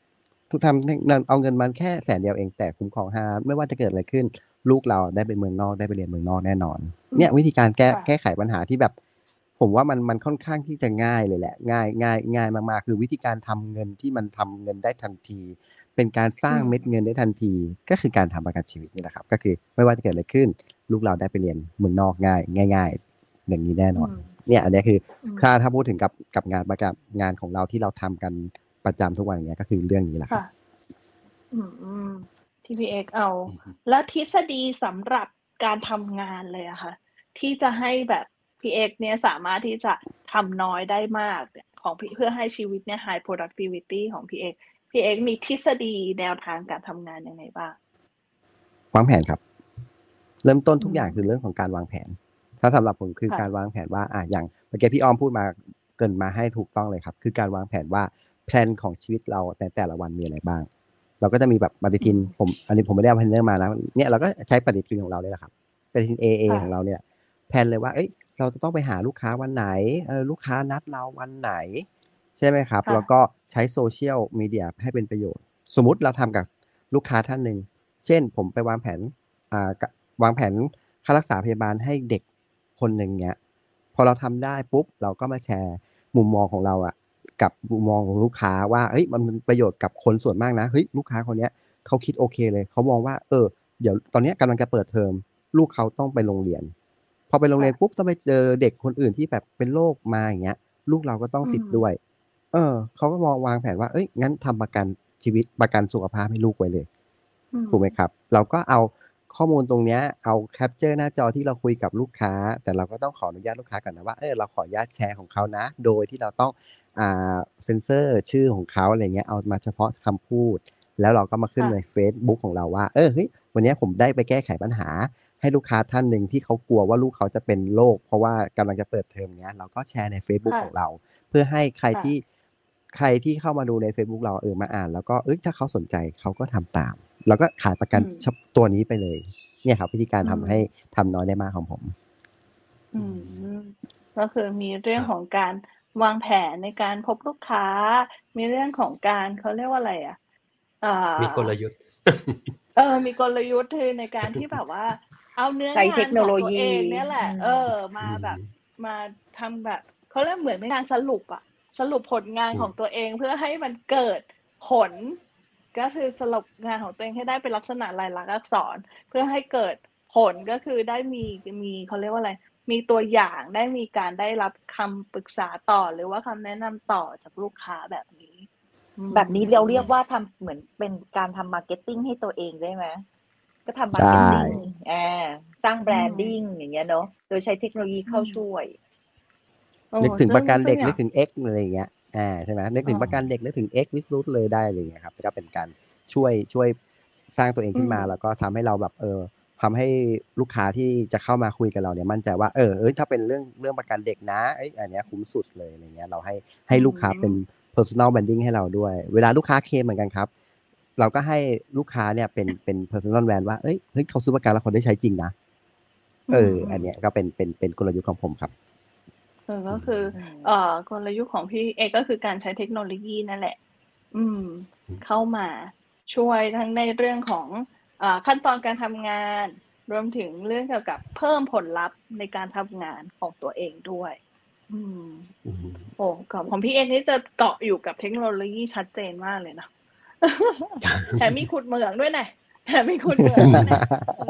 ทุกทำเอาเงินมันแค่แสนเดียวเองแต่คุ้มครองห้าไม่ว่าจะเกิดอะไรขึ้นลูกเราได้ไปเมืองนอกได้ไปเรียนเมืองนอกแน่นอนเนี่ยวิธีการแก้แก้ไขปัญหาที่แบบผมว่ามันมันค่อนข้างที่จะง่ายเลยแหละง่ายง่ายง่ายมากๆคือวิธีการทำเงินที่มันทำเงินได้ทันทีเป็นการสร้างเม็ดเงินได้ทันทีก็คือการทำประกันชีวิตนี่แหละครับก็คือไม่ว่าจะเกิดอะไรขึ้นลูกเราได้ไปเรียนเมืองนอกง่ายง่ายๆอย่างนี้แน่นอนเนี่ยอันนี้คือถ้าถ้าพูดถึงกับกับงานประกันงานของเราที่เราทำกันประจำทุกวันอย่างเงี้ยก็คือเรื่องนี้แหละครับอืมที่พี่เอกเอาแล้วทฤษฎีสำหรับการทำงานเลยอะค่ะที่จะให้แบบพี่เอกเนี่ยสามารถที่จะทำน้อยได้มากของพี่เพื่อให้ชีวิตเนี่ย high productivity ของพี่เอกพี่เอกมีทฤษฎีแนวทางการทำงานยังไงบ้างวางแผนครับเริ่มต้นทุกอย่างคือเรื่องของการวางแผนถ้าสำหรับผมคือการวางแผนว่าอ่ะอย่างเมื่อกี้พี่อ้อมพูดมาเกินมาให้ถูกต้องเลยครับคือการวางแผนว่าแพลนของชีวิตเราแต่แต่ละวันมีอะไรบ้างเราก็จะมีแบบปฏิทินผมอันนี้ผมไม่ได้เอาแพลนเนอร์มานะเนี่ยเราก็ใช้ปฏิทินของเราเนี่ยแหละครับปฏิทิน เอ เอ ของเราเนี่ยแพลนเลยว่าเอ้ยเราจะต้องไปหาลูกค้าวันไหนเออลูกค้านัดเราวันไหนใช่ไหมครับแล้วก็ใช้โซเชียลมีเดียให้เป็นประโยชน์สมมุติเราทำกับลูกค้าท่านหนึ่งเช่นผมไปวางแผนอ่าวางแผนค่ารักษาพยาบาลให้เด็กคนหนึ่งเนี้ยพอเราทำได้ปุ๊บเราก็มาแชร์มุมมองของเราอะกับมุมมองของลูกค้าว่าเฮ้ยมันเป็นประโยชน์กับคนส่วนมากนะเฮ้ยลูกค้าคนเนี้ยเขาคิดโอเคเลยเขามองว่าเออเดี๋ยวตอนนี้กำลังจะเปิดเทอมลูกเขาต้องไปโรงเรียนพอไปโรงเรียนปุ๊บต้องไปเจอเด็กคนอื่นที่แบบเป็นโรคมาอย่างเงี้ยลูกเราก็ต้องติดด้วยเออเขาก็มองวางแผนว่าเอ้ยงั้นทำประกันชีวิตประกันสุขภาพให้ลูกไว้เลยถูกไหมครับเราก็เอาข้อมูลตรงนี้เอาแคปเจอร์หน้าจอที่เราคุยกับลูกค้าแต่เราก็ต้องขออนุญาตลูกค้าก่อนนะว่าเออเราขออนุญาตแชร์ของเขานะโดยที่เราต้องอ่าเซ็นเซอร์ชื่อของเขาอะไรเงี้ยเอามาเฉพาะคำพูดแล้วเราก็มาขึ้นใน Facebook ของเราว่าเออเฮ้ยวันนี้ผมได้ไปแก้ไขปัญหาให้ลูกค้าท่านหนึ่งที่เขากลัวว่าลูกเขาจะเป็นโรคเพราะว่ากำลังจะเปิดเทอมเนี้ยเราก็แชร์ใน Facebook ของเราเพื่อให้ใครที่ใครที่เข้ามาดูใน Facebook เราเออมาอ่านแล้วก็เอ้ยถ้าเขาสนใจเขาก็ทำตามแล้วก็ขายประกันตัวนี้ไปเลยเนี่ยครับวิธีการทำให้ทำน้อยได้มากของผมอืมก็คือมีเรื่องของการวางแผนในการพบลูกค้ามีเรื่องของการเขาเรียกว่าอะไรอ่ะมีกลยุทธ์เออมีกลยุทธ์คือในการที่แบบว่าเอาเนื้องานของตัวเองเนี่ยแหละเออมาแบบมาทำแบบเขาเรียกเหมือนเป็นการสรุปอ่ะสรุปผลงานของตัวเองเพื่อให้มันเกิดผลก็คือสรุปงานของตัวเองให้ได้เป็นลักษณะลายลักษณ์อักษรเพื่อให้เกิดผลก็คือได้มีมีเขาเรียกว่าอะไรมีตัวอย่างได้มีการได้รับคำปรึกษาต่อหรือว่าคำแนะนำต่อจากลูกค้าแบบนี้แบบนี้เราเรียกว่าทำเหมือนเป็นการทำมาร์เก็ตติ้งให้ตัวเองได้ไหมก็ทำมาร์เก็ตติ้งอ่าสร้างแบรนดิ้งอย่างเงี้ยเนาะโดยใช้เทคโนโลยีเข้าช่วยนึกถึงประกันเด็กนึกถึง X อะไรอย่างเงี้ยอ่าใช่ไหมนึกถึงประกันเด็กนึกถึง X วิสรุตเลยได้อะไรอย่างเงี้ยครับก็เป็นการช่วยช่วยสร้างตัวเองขึ้นมาแล้วก็ทำให้เราแบบเออทำให้ลูกค้าที่จะเข้ามาคุยกับเราเนี่ยมั่นใจว่าเออเอ้ยถ้าเป็นเรื่องเรื่องประกันเด็กนะเอ้ยอันเนี้ยคุ้มสุดเลยอะไรเงี้ยเราให้ให้ลูกค้าเป็น personal branding ให้เราด้วยเวลาลูกค้าเคลมเหมือนกันครับเราก็ให้ลูกค้าเนี่ยเป็นเป็น personal brand ว่าเอ้ยเฮ้ยเขาซื้อประกันแล้วเขาได้ใช้จริงนะเอออันเนี้ยก็เป็นเป็นเป็นกลยุทธ์ของผมครับเออก็คือเอ่อกลยุทธ์ของพี่เอก็คือการใช้เทคโนโลยีนั่นแหละอืมเข้ามาช่วยทั้งในเรื่องของอ่าขั้นตอนการทำงานรวมถึงเรื่องเกี่ยวกับเพิ่มผลลัพธ์ในการทำงานของตัวเองด้วยอืมโอ้ของพี่เอนี่จะเกาะอยู่กับเทคโนโลยีชัดเจนมากเลยนะแถมมีขุดเหมืองด้วยนะแถมมีขุดเหมืองด้วยนะ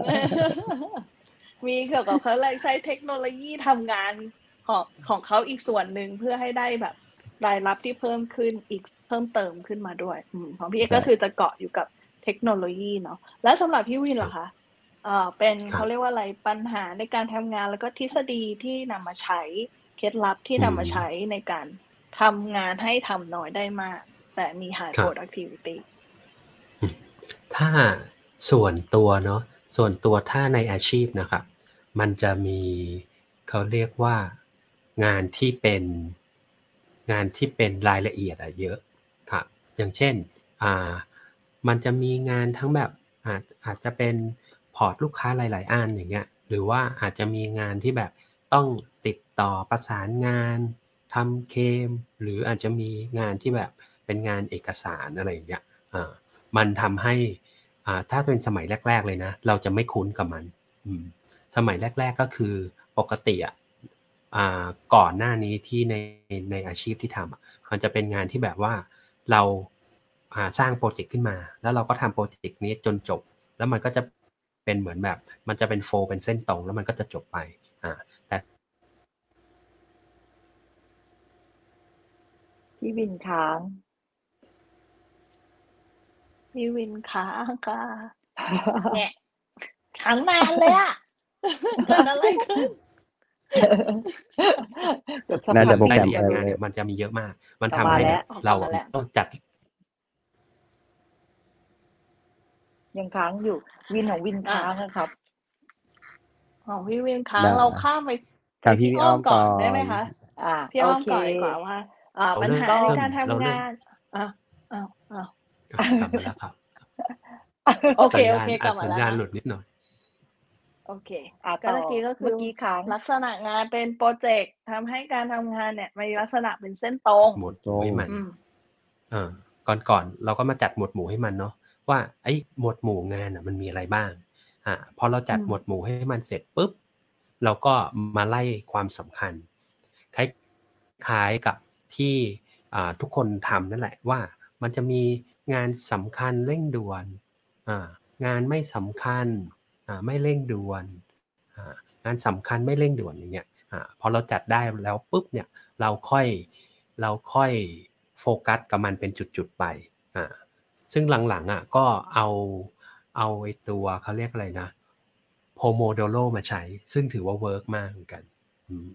มีเกี่ยวกับเขาเลยใช้เทคโนโลยีทำงานของของเขาอีกส่วนหนึ่งเพื่อให้ได้แบบรายรับที่เพิ่มขึ้นอีกเพิ่มเติมขึ้นมาด้วยอืมของพี่เอก็คือจะเกาะอยู่กับเทคโนโลยีเนาะแล้วสำหรับพี่วินล่ะคะเอ่อเป็นเขาเรียกว่าอะไรปัญหาในการทำงานแล้วก็ทฤษฎีที่นำมาใช้เคล็ดลับที่นำมาใช้ในการทำงานให้ทำน้อยได้มากแต่มี high productivity ถ้าส่วนตัวเนาะส่วนตัวถ้าในอาชีพนะครับมันจะมีเขาเรียกว่างานที่เป็นงานที่เป็นรายละเอียดอะเยอะครับอย่างเช่นอ่ามันจะมีงานทั้งแบบอาจอาจจะเป็นพอร์ตลูกค้าหลายๆอันอย่างเงี้ยหรือว่าอาจจะมีงานที่แบบต้องติดต่อประสานงานทำเคลมหรืออาจจะมีงานที่แบบเป็นงานเอกสารอะไรอย่างเงี้ยอ่ามันทำให้อ่าถ้าเป็นสมัยแรกๆเลยนะเราจะไม่คุ้นกับมันอืมสมัยแรกๆก็คือปกติอ่ะอ่าก่อนหน้านี้ที่ในในอาชีพที่ทำอ่ะมันจะเป็นงานที่แบบว่าเราอ่าสร้างโปรเจกต์ขึ้นมาแล้วเราก็ทำโปรเจกต์นี้จนจบแล้วมันก็จะเป็นเหมือนแบบมันจะเป็นโฟลว์เป็นเส้นตรงแล้วมันก็จะจบไปอ่าแต่พี่วินค้างพี่วินค้างค่ะแหละค้างนานเลยอะเกิดอะไรขึ้นน่าจะโปรราแกยรมละเอียดเอองานเนี่ยมันจะมีเยอะมาก มันเอาทำมาให้แล้เนี่วย เอาเรามาแล้วต้องจัดยังค้างอยู่ วินของวินอ่ะค้างนะครับของพี่วินค้างได้เราข้ามไปถามพี่พี่พี่อ้อ้ออมมก่ก่ออน นได้ไหมคะอ่าพี่โออ้อมเคก่อนดีกว่าว่าอ่าเราปัญเริ่มหาก็ในเริ่มการเราทำเริ่งาม นอ้าวอ้าวอ้าวอ่ะกลับมาแล้วครับโอเคสัญโอญาณเค กอ่ะลับสัมาญแล้วญาณนะหลุดนิดหน่อยโอเคอ่ะก็ต่อเมื่อกี้ก็คืเมื่ออกี้ค้างลักษณะงานเป็นพรอเจกต์ทำให้การทำงานเนี่ยมีลักษณะเป็นเส้นตรงหมวดหมู่ให้มันอืมเออ ก่อน ๆ เราก็มาจัดหมวดหมู่ให้มันเนาะ ว่า ไอ้หมวดหมู่งานน่ะมันมีอะไรบ้าง อ่า พอเราจัดอืมหมวดหมู่ให้มันเสร็จปุ๊บ เราก็มาไล่ความสำคัญ คล้าย ๆ กับที่ อ่า ทุกคนทำนั่นแหละว่า มันจะมีงานสำคัญเร่งด่วน อ่า งานไม่สำคัญ อ่า ไม่เร่งด่วน อ่า งานสำคัญไม่เร่งด่วน อย่างเงี้ย อ่า พอเราจัดได้แล้วปุ๊บเนี่ย เราค่อย เราค่อยโฟกัสกับมันเป็นจุด ๆ ไป อ่า ซึ่งหลัง ๆ อะก็เอา เอาไอ้ตัว เขาเรียกอะไรนะ Pomodoro มาใช้ ซึ่งถือว่าเวิร์กมากเหมือนกัน อืม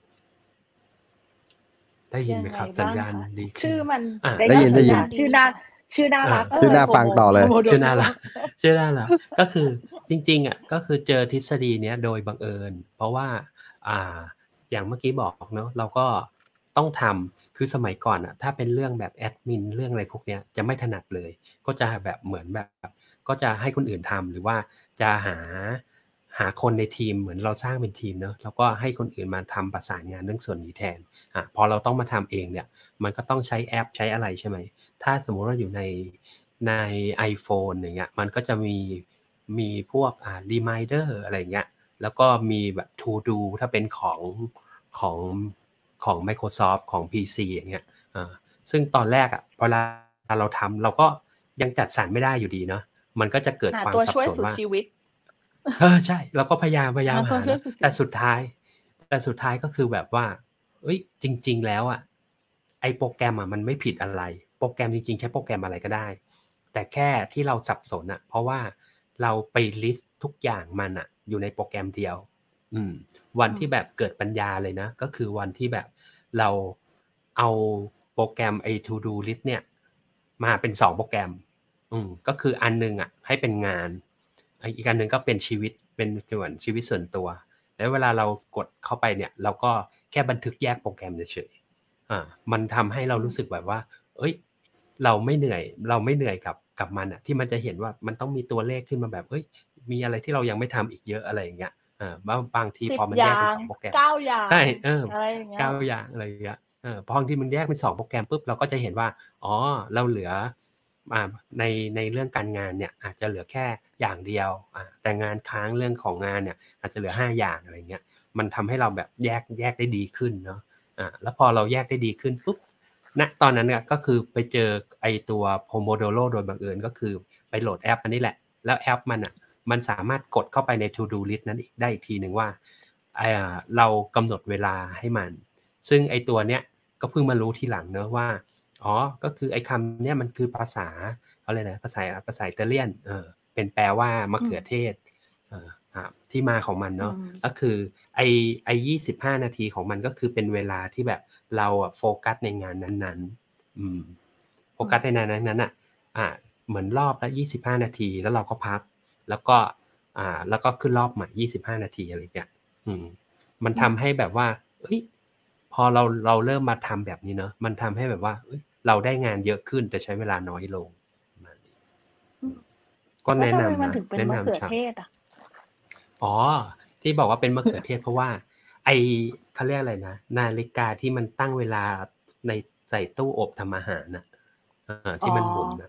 ได้ยินยัไหมงไงครับ สับ้าญงญาณคะดีขึ้ชื่นอไหม? มันอ่าได้ได้ยิยินน ได้สัญยิญาน ณ ชื่อน่า ชื่อน่าอารักชื่อน่าเออฟังต่อเลย Pomodoro ชื่อน่ารัก ชื่อน่ารัก ก็คือจริง ๆ อะ ก็คือเจอทฤษฎีเนี้ยโดยบังเอิญ เพราะว่า อ่า อย่างเมื่อกี้บอกเนาะ เราก็ต้องทำ คือสมัยก่อนน่ะ ถ้าเป็นเรื่องแบบแอดมิน เรื่องอะไรพวกเนี้ย จะไม่ถนัดเลย ก็จะแบบเหมือนแบบ ก็จะให้คนอื่นทำ หรือว่าจะหา หาคนในทีม เหมือนเราสร้างเป็นทีมเนาะ แล้วก็ให้คนอื่นมาทำประสานงานเรื่องส่วนนี้แทน อ่า พอเราต้องมาทำเองเนี่ย มันก็ต้องใช้แอป ใช้อะไร ใช่ไหม ถ้าสมมุติว่าอยู่ใน ใน iPhone อย่างเงี้ย มันก็จะมี มีพวก อ่า Reminder อะไรอย่างเงี้ย แล้วก็มีแบบ To Do ถ้าเป็นของ ของ ของ Microsoft ของ พี ซี อย่างเงี้ย อ่า ซึ่งตอนแรกอะเวลาเราทำ เราก็ยังจัดสรรไม่ได้อยู่ดีเนาะ มันก็จะเกิดหาความตัวสัช่วยบสนสู่ว่าชีวิตเออ ใช่ เราก็พยายาม พยายาหาม ตัวหาช่วนะยสู่ชีแต่วิตสุดท้าย แต่สุดท้ายก็คือแบบว่า เฮ้ย จริง ๆ แล้วอะ ไอ้โปรแกรมอะมันไม่ผิดอะไร โปรแกรมจริง ๆ ใช้โปรแกรมอะไรก็ได้ แต่แค่ที่เราสับสนน่ะ เพราะว่าเราไปลิสต์ทุกอย่างมันน่ะอยู่ในโปรแกรมเดียว อืม วันอืมที่แบบเกิดปัญญาเลยนะ ก็คือวันที่แบบเราเอาโปรแกรมไอ้ To Do List เนี่ยมาเป็น สอง โปรแกรม อืม ก็คืออันหนึ่งอะให้เป็นงาน อีกอันหนึ่งก็เป็นชีวิต เป็นส่วนชีวิตส่วนตัว แล้วเวลาเรากดเข้าไปเนี่ย เราก็แค่บันทึกแยกโปรแกรมเฉยๆ อ่า มันทำให้เราอืรู้มสึกแบบว่า เฮ้ย เราไม่เหนื่อย เราไม่เหนื่อยกับ กับมันอะ ที่มันจะเห็นว่ามันต้องมีตัวเลขขึ้นมาแบบ เฮ้ย มีอะไรที่เรายังไม่ทำอีกเยอะ อะไรอย่างเงี้ย อ่า บาง บางทีสิพบอมันอแยย่ากเป็นงสอง โปรแกรมเก้า อย่าใช่งเอออะไรอย่างเงี้ยเก้า อย่าง อะไรอย่างเงี้ย เออ พอบางทีมันแยกเป็น สอง โปรแกรมปุ๊บ เราก็จะเห็นว่า อ๋อ เราเหลือ อ่า ใน ในเรื่องการงานเนี่ยอาจจะเหลือแค่อย่างเดียว อ่า แต่งานค้างเรื่องของงานเนี่ยอาจจะเหลือ ห้า อย่าง อะไรอย่างเงี้ย มันทำให้เราแบบแยก แยกได้ดีขึ้นเนาะ อ่า แล้วพอเราแยกได้ดีขึ้นปุ๊บ ณ ตอนนั้นเนี่ยก็คือไปเจอไอ้ตัว Pomodoro โดยบังเอิญ ก็คือไปโหลดแอปอันนี้แหละ แล้วแอปมันน่ะ มันสามารถกดเข้าไปใน To Do List นั้นอีก ได้อีกทีหนึ่งว่า อ่า เรากำหนดเวลาให้มัน ซึ่งไอ้ตัวเนี้ยก็เพิ่งมารู้ทีหลังเนาะว่า อ๋อ ก็คือไอ้คำเนี้ยมันคือภาษา เขาเรียกอะไรนะ ภาษา ภาษาอิตาเลียน เออ เป็นแปลว่ามะอืเขืมอเทศ เออ ครับ ที่มาของมันอืเนาะมก็คือไอ้ ไอ้ ยี่สิบห้า นาทีของมัน ก็คือเป็นเวลาที่แบบเราอะโฟกัสในงานนั้น ๆ อืม โฟอืกัสมในงานนั้น ๆ น่ะ อ่า เหมือนรอบละ ยี่สิบห้า นาที แล้วเราก็พัก แล้วก็ อ่า แล้วก็ขึ้นรอบใหม่ ยี่สิบห้า นาที อะไรอย่างเงี้ย อืม มันอืทำมให้แบบว่า เฮ้ย พอเรา เราเริ่มมาทำแบบนี้เนาะ มันทำให้แบบว่า เฮ้ย เราได้งานเยอะขึ้น แต่ใช้เวลาน้อยลง ประมาณนี้อือืมม ก็แล้แวทำไมนะนำมันนะถึงเป็นแนะมะนเขือำ ชเทศอะ? อ๋อ ที่บอกว่าเป็นมะเขือเทศ เพราะว่าไอ้ เขาเรียกอะไรนะ นาฬิกาที่มันตั้งเวลาใน ใส่ตู้อบทำอาหารน่ะ เอออ๋ที่มันหมุนอน่ะ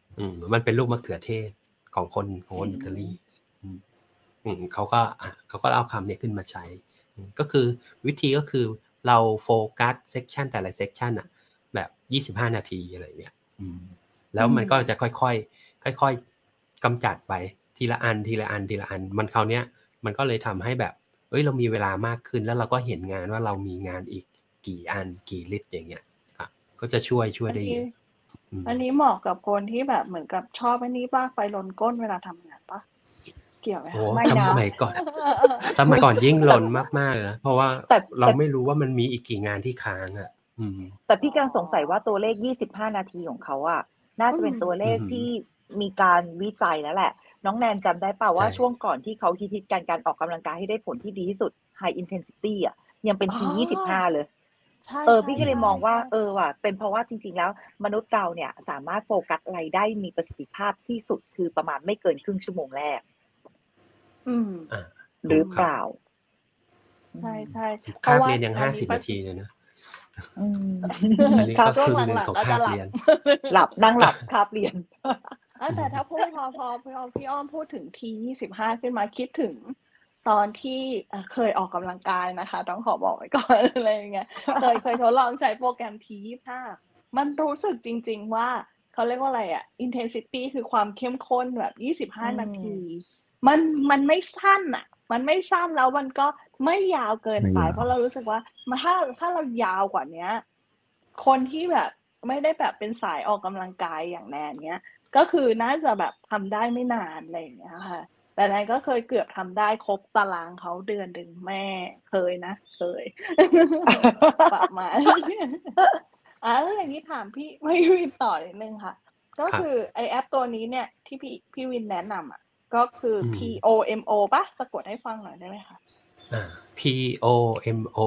อืมมันเป็นลูกมะเขือเทศของคนของคนอิตาลีอืมอืมเขาก็อ่ะเขาก็เอาคำเนี้ยขึ้นมาใช้อืมก็คือวิธีก็คือเราโฟกัสเซกชันแต่ละเซกชันอ่ะแบบยี่สิบห้านาทีอะไรเงี้ยอืมแล้วมันก็จะค่อยๆค่อยๆกำจัดไปทีละอันทีละอันทีละอันมันคราวเนี้ยมันก็เลยทำให้แบบเอ้ยเรามีเวลามากขึ้นแล้วเราก็เห็นงานว่าเรามีงานอีกกี่อันกี่ลิตรอย่างเงี้ยครับก็จะช่วยช่วยได้เยอะอืมอันนี้เหมาะกับคนที่แบบเหมือนกับชอบอันนี้ป่ะไฟลนก้นเวลาทำงานป่ะเกี่ยวไหมโอ้คะไม่สนะมัยก่อนสมัยก่อนยิ่งลนมากๆเลยนะเพราะว่าแต่เราแต่ไม่รู้ว่ามันมีอีกกี่งานที่ค้างอ่ะ อืมแต่พี่กำลังสงสัยว่าตัวเลขยี่สิบห้านาทีของเขาอะน่าจะเป็นตัวเลขอืมที่มีการวิจัยแล้วแหละ น้องแนนจำได้ป่าวว่าใช่ช่วงก่อนที่เขาฮิตๆกันการออกกำลังกายให้ได้ผลที่ดีที่สุด high intensity อะยังเป็นอ๋อที ยี่สิบห้า เลยใช่เออใช่พี่ก็เลยมองว่าใช่เออว่ะเป็นเพราะว่าจริง ๆ แล้ว มนุษย์เราเนี่ยสามารถโฟกัสอะไรได้มีประสิทธิภาพที่สุดคือประมาณไม่เกินครึ่งชั่วโมงแรกอืมอ่าหรือถูกเปล่าใช่ใช่เพคาราะบว่าเรียนยังตอห้านี้สิบประนาทีเลยนะอืมอันนี้ครัก็บช่วคงรึ่งหนึ่หงลังของๆก็คาจะบหลับเรียนหลับนั่งหลับคาบเรียนอ่ะแต่ถ้าพูดพอพอพอพี่อ้อมพูดถึงทียี่สิบห้าขึ้นมาคิดถึง ตอนที่เอ่อเคยออกกำลังกายนะคะ ต้องขอบอกไว้ก่อน อะไรอย่างเงี้ยเคยเคยทดลองใช้โปรแกรมทียี่สิบห้ามันรู้สึกจริง ๆ ว่าเขาเรียกว่าอะไรอ่ะ intensity คือความเข้มข้นแบบยี่สิบห้าอืมนาที มันมันไม่สั้นอ่ะ มันไม่สั้นแล้วมันก็ไม่ยาวเกินไปไม่ยาวเพราะเรารู้สึกว่ามันถ้าถ้าเรายาวกว่าเนี้ย คนที่แบบไม่ได้แบบเป็นสายออกกำลังกายอย่างแนนเนี้ย ก็คือน่าจะแบบทำได้ไม่นานอะไรอย่างเงี้ยค่ะ แต่แนนก็เคยเกือบทำได้ครบตารางเขาเดือนหนึ่งแม่เคยนะเคย ประมาณ อ่ะแล้วอย่างนี้ถามพี่พี่วินต่อนิดนึงค่ะ ก็ครับคือไอแอปตัวนี้เนี่ยที่พี่พี่วินแนะนำอ่ะ ก็คืออม P O M O ป่ะสะกดให้ฟังหน่อยได้ไหมคะอ่า P O M O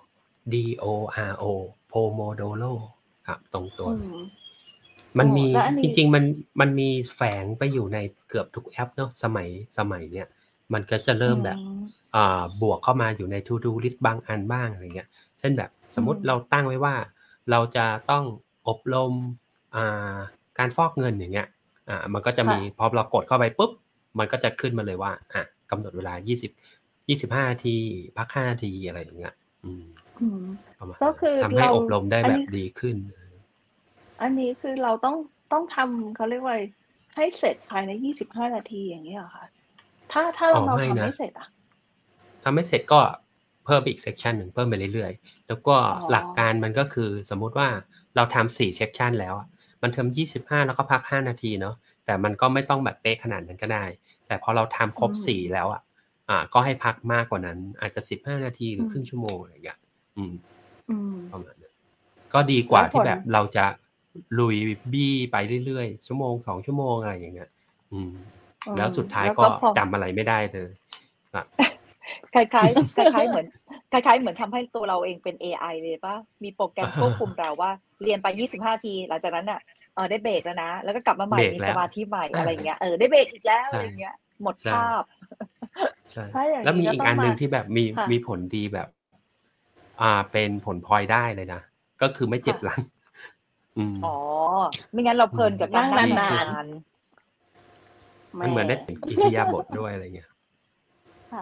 D O R O Pomodoro ครับ ตรงตัวอืมมันโอ้มีแล้วอันจนี้ริง ๆ มันมันมีแฝงไปอยู่ในเกือบทุกแอปเนาะสมัยสมัยเนี้ยมันก็จะอืเริ่มแบบมอ่าบวกเข้ามาอยู่ใน To Do List บางอันบ้างอะไรเงี้ยเช่นแบบสมมุติอืมเราตั้งไว้ว่า เราจะต้องอบรมอ่าการฟอกเงินอย่างเงี้ยอ่ามันก็จะมีค่ะพอเรากดเข้าไปปุ๊บมันก็จะขึ้นมาเลยว่าอ่ะกำหนดเวลายี่สิบ ยี่สิบห้านาทีพักห้านาทีอะไรอย่างเงี้ยอืมอืมประมาณก็นั้นคือทำให้เราอบรมได้อันแบนี้บดีขึ้นอันนี้คือเราต้องต้องทำเขาเรียกว่าอะไรให้เสร็จภายในยี่สิบห้านาทีอย่างนี้เหรอคะถ้าถ้าอ๋เราอเราไม่ทำนะไม่เสร็จอ่ะทำไม่เสร็จก็เพิ่มอีกเซกชันหนึ่งเพิ่มไปเรื่อยๆ แล้วก็อ๋อหลักการมันก็คือสมมุติว่าเราทำสี่เซกชันแล้วอะมันทำยี่สิบห้าแล้วก็พักห้านาทีเนาะแต่มันก็ไม่ต้องแบบเป๊ะขนาดนั้นก็ได้ แต่พอเราทำครบอืมสี่แล้วอะอ่าก็ให้พักมากกว่านั้น อาจจะสิบห้านาทีหรือมครึ่งชั่วโมงอะไรอย่างเงี้ยอืมอืมประมาณนั้นก็ดีกว่าแล้วผลที่แบบเราจะลุยบี้ไปเรื่อยๆชั่วโมงสองชั่วโมงอะไรอย่างเงี้ยอืมอืมแล้วสุดท้ายแล้วก็ก็พอจำอะไรไม่ได้เลยครับคล้ายๆ คล้ายๆ เหมือน คล้ายๆ เหมือนทำให้ตัวเราเองเป็น เอ ไอ เลยป่ะ มีโปรแกรมควบคุมเราว่าเรียนไปยี่สิบห้าที หลังจากนั้นน่ะเออได้เบรกแล้วนะ แล้วก็กลับมาใหม่เบรกมีแล้สวมาธิใหม่อาอะไรอย่างเงี้ย เออได้เบรกอีกแล้วใช่อะไรอย่างเงี้ย หมดใช่คาบใช่ถ้าอย่างแล้วมีนี้ก็อีกต้องอันหนึ่งมาที่แบบมีค่ะมีผลดีแบบ อ่า เป็นผลพลอยได้เลยนะ ก็คือไม่เจ็บค่ะหลัง อืมอ๋อ ไม่งั้นเราเพลินกับอืมการนั่งนั่งนานนานๆมันเหมือนได้แหอิริยาบถด้วยอะไรเงี้ยค่ะ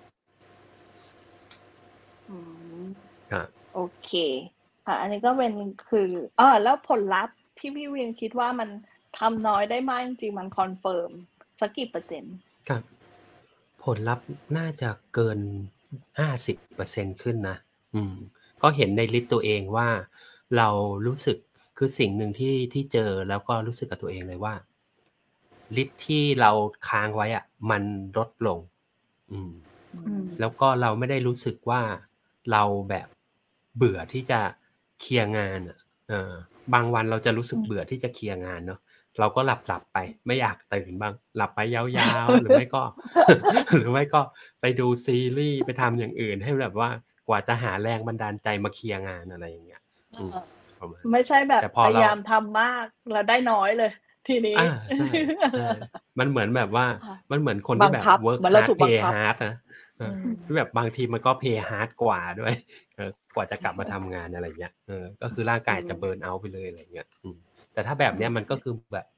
อืมครับโอเค ค่ะ อันนี้ก็เป็นคืออ่าแล้วผลลัพธ์ที่พี่วินคิดว่ามันทำน้อยได้มากจริงๆมันคอนเฟิร์มสักกี่เปอร์เซ็นต์ครับ ผลลัพธ์น่าจะเกิน ห้าสิบเปอร์เซ็นต์ ขึ้นนะ อืม ก็เห็นในลิสต์ตัวเองว่า เรารู้สึก คือสิ่งหนึ่งที่ ที่เจอแล้วก็รู้สึกกับตัวเองเลยว่า ลิสต์ที่เราค้างไว้อะมันลดลง อืมๆ อือืมมแล้วก็เราไม่ได้รู้สึกว่า เราแบบเบื่อที่จะเคลียร์งานอะ เออ บางวันเราจะรู้สึกเบื่อที่จะเคลียร์งานเนาะ เราก็หลับ ๆ ไป ไม่อยากตื่นบ้าง หลับไปยาว ๆ หรือไม่ก็ หรือไม่ก็ไปดูซีรีส์ ไปทำอย่างอื่นให้แบบว่ากว่าจะหาแรงบันดาลใจมาเคลียร์งาน อะไรอย่างเงี้ยเออืมอประมาณไม่ใช่แบบแต่พอพยาเรายามทำมากแล้วได้น้อยเลย ทีนี้อา ใช่ ใช่ มันเหมือนแบบว่าค่ะมันเหมือนคนบัที่งแบบคับ work เหมือนเรา hard ถูกบัง play คับ hard นะ เออือมที่แบบบางทีมันก็ play hard กว่าด้วย เออ กว่าจะกลับมาทำงาน อะไรอย่างเงี้ย เออ ก็คือร่างกายอืมจะ เบิร์นเอาต์ ไปเลย อะไรอย่างเงี้ย อืม แต่ถ้าแบบอืเนี้ยมมันก็คือแบบ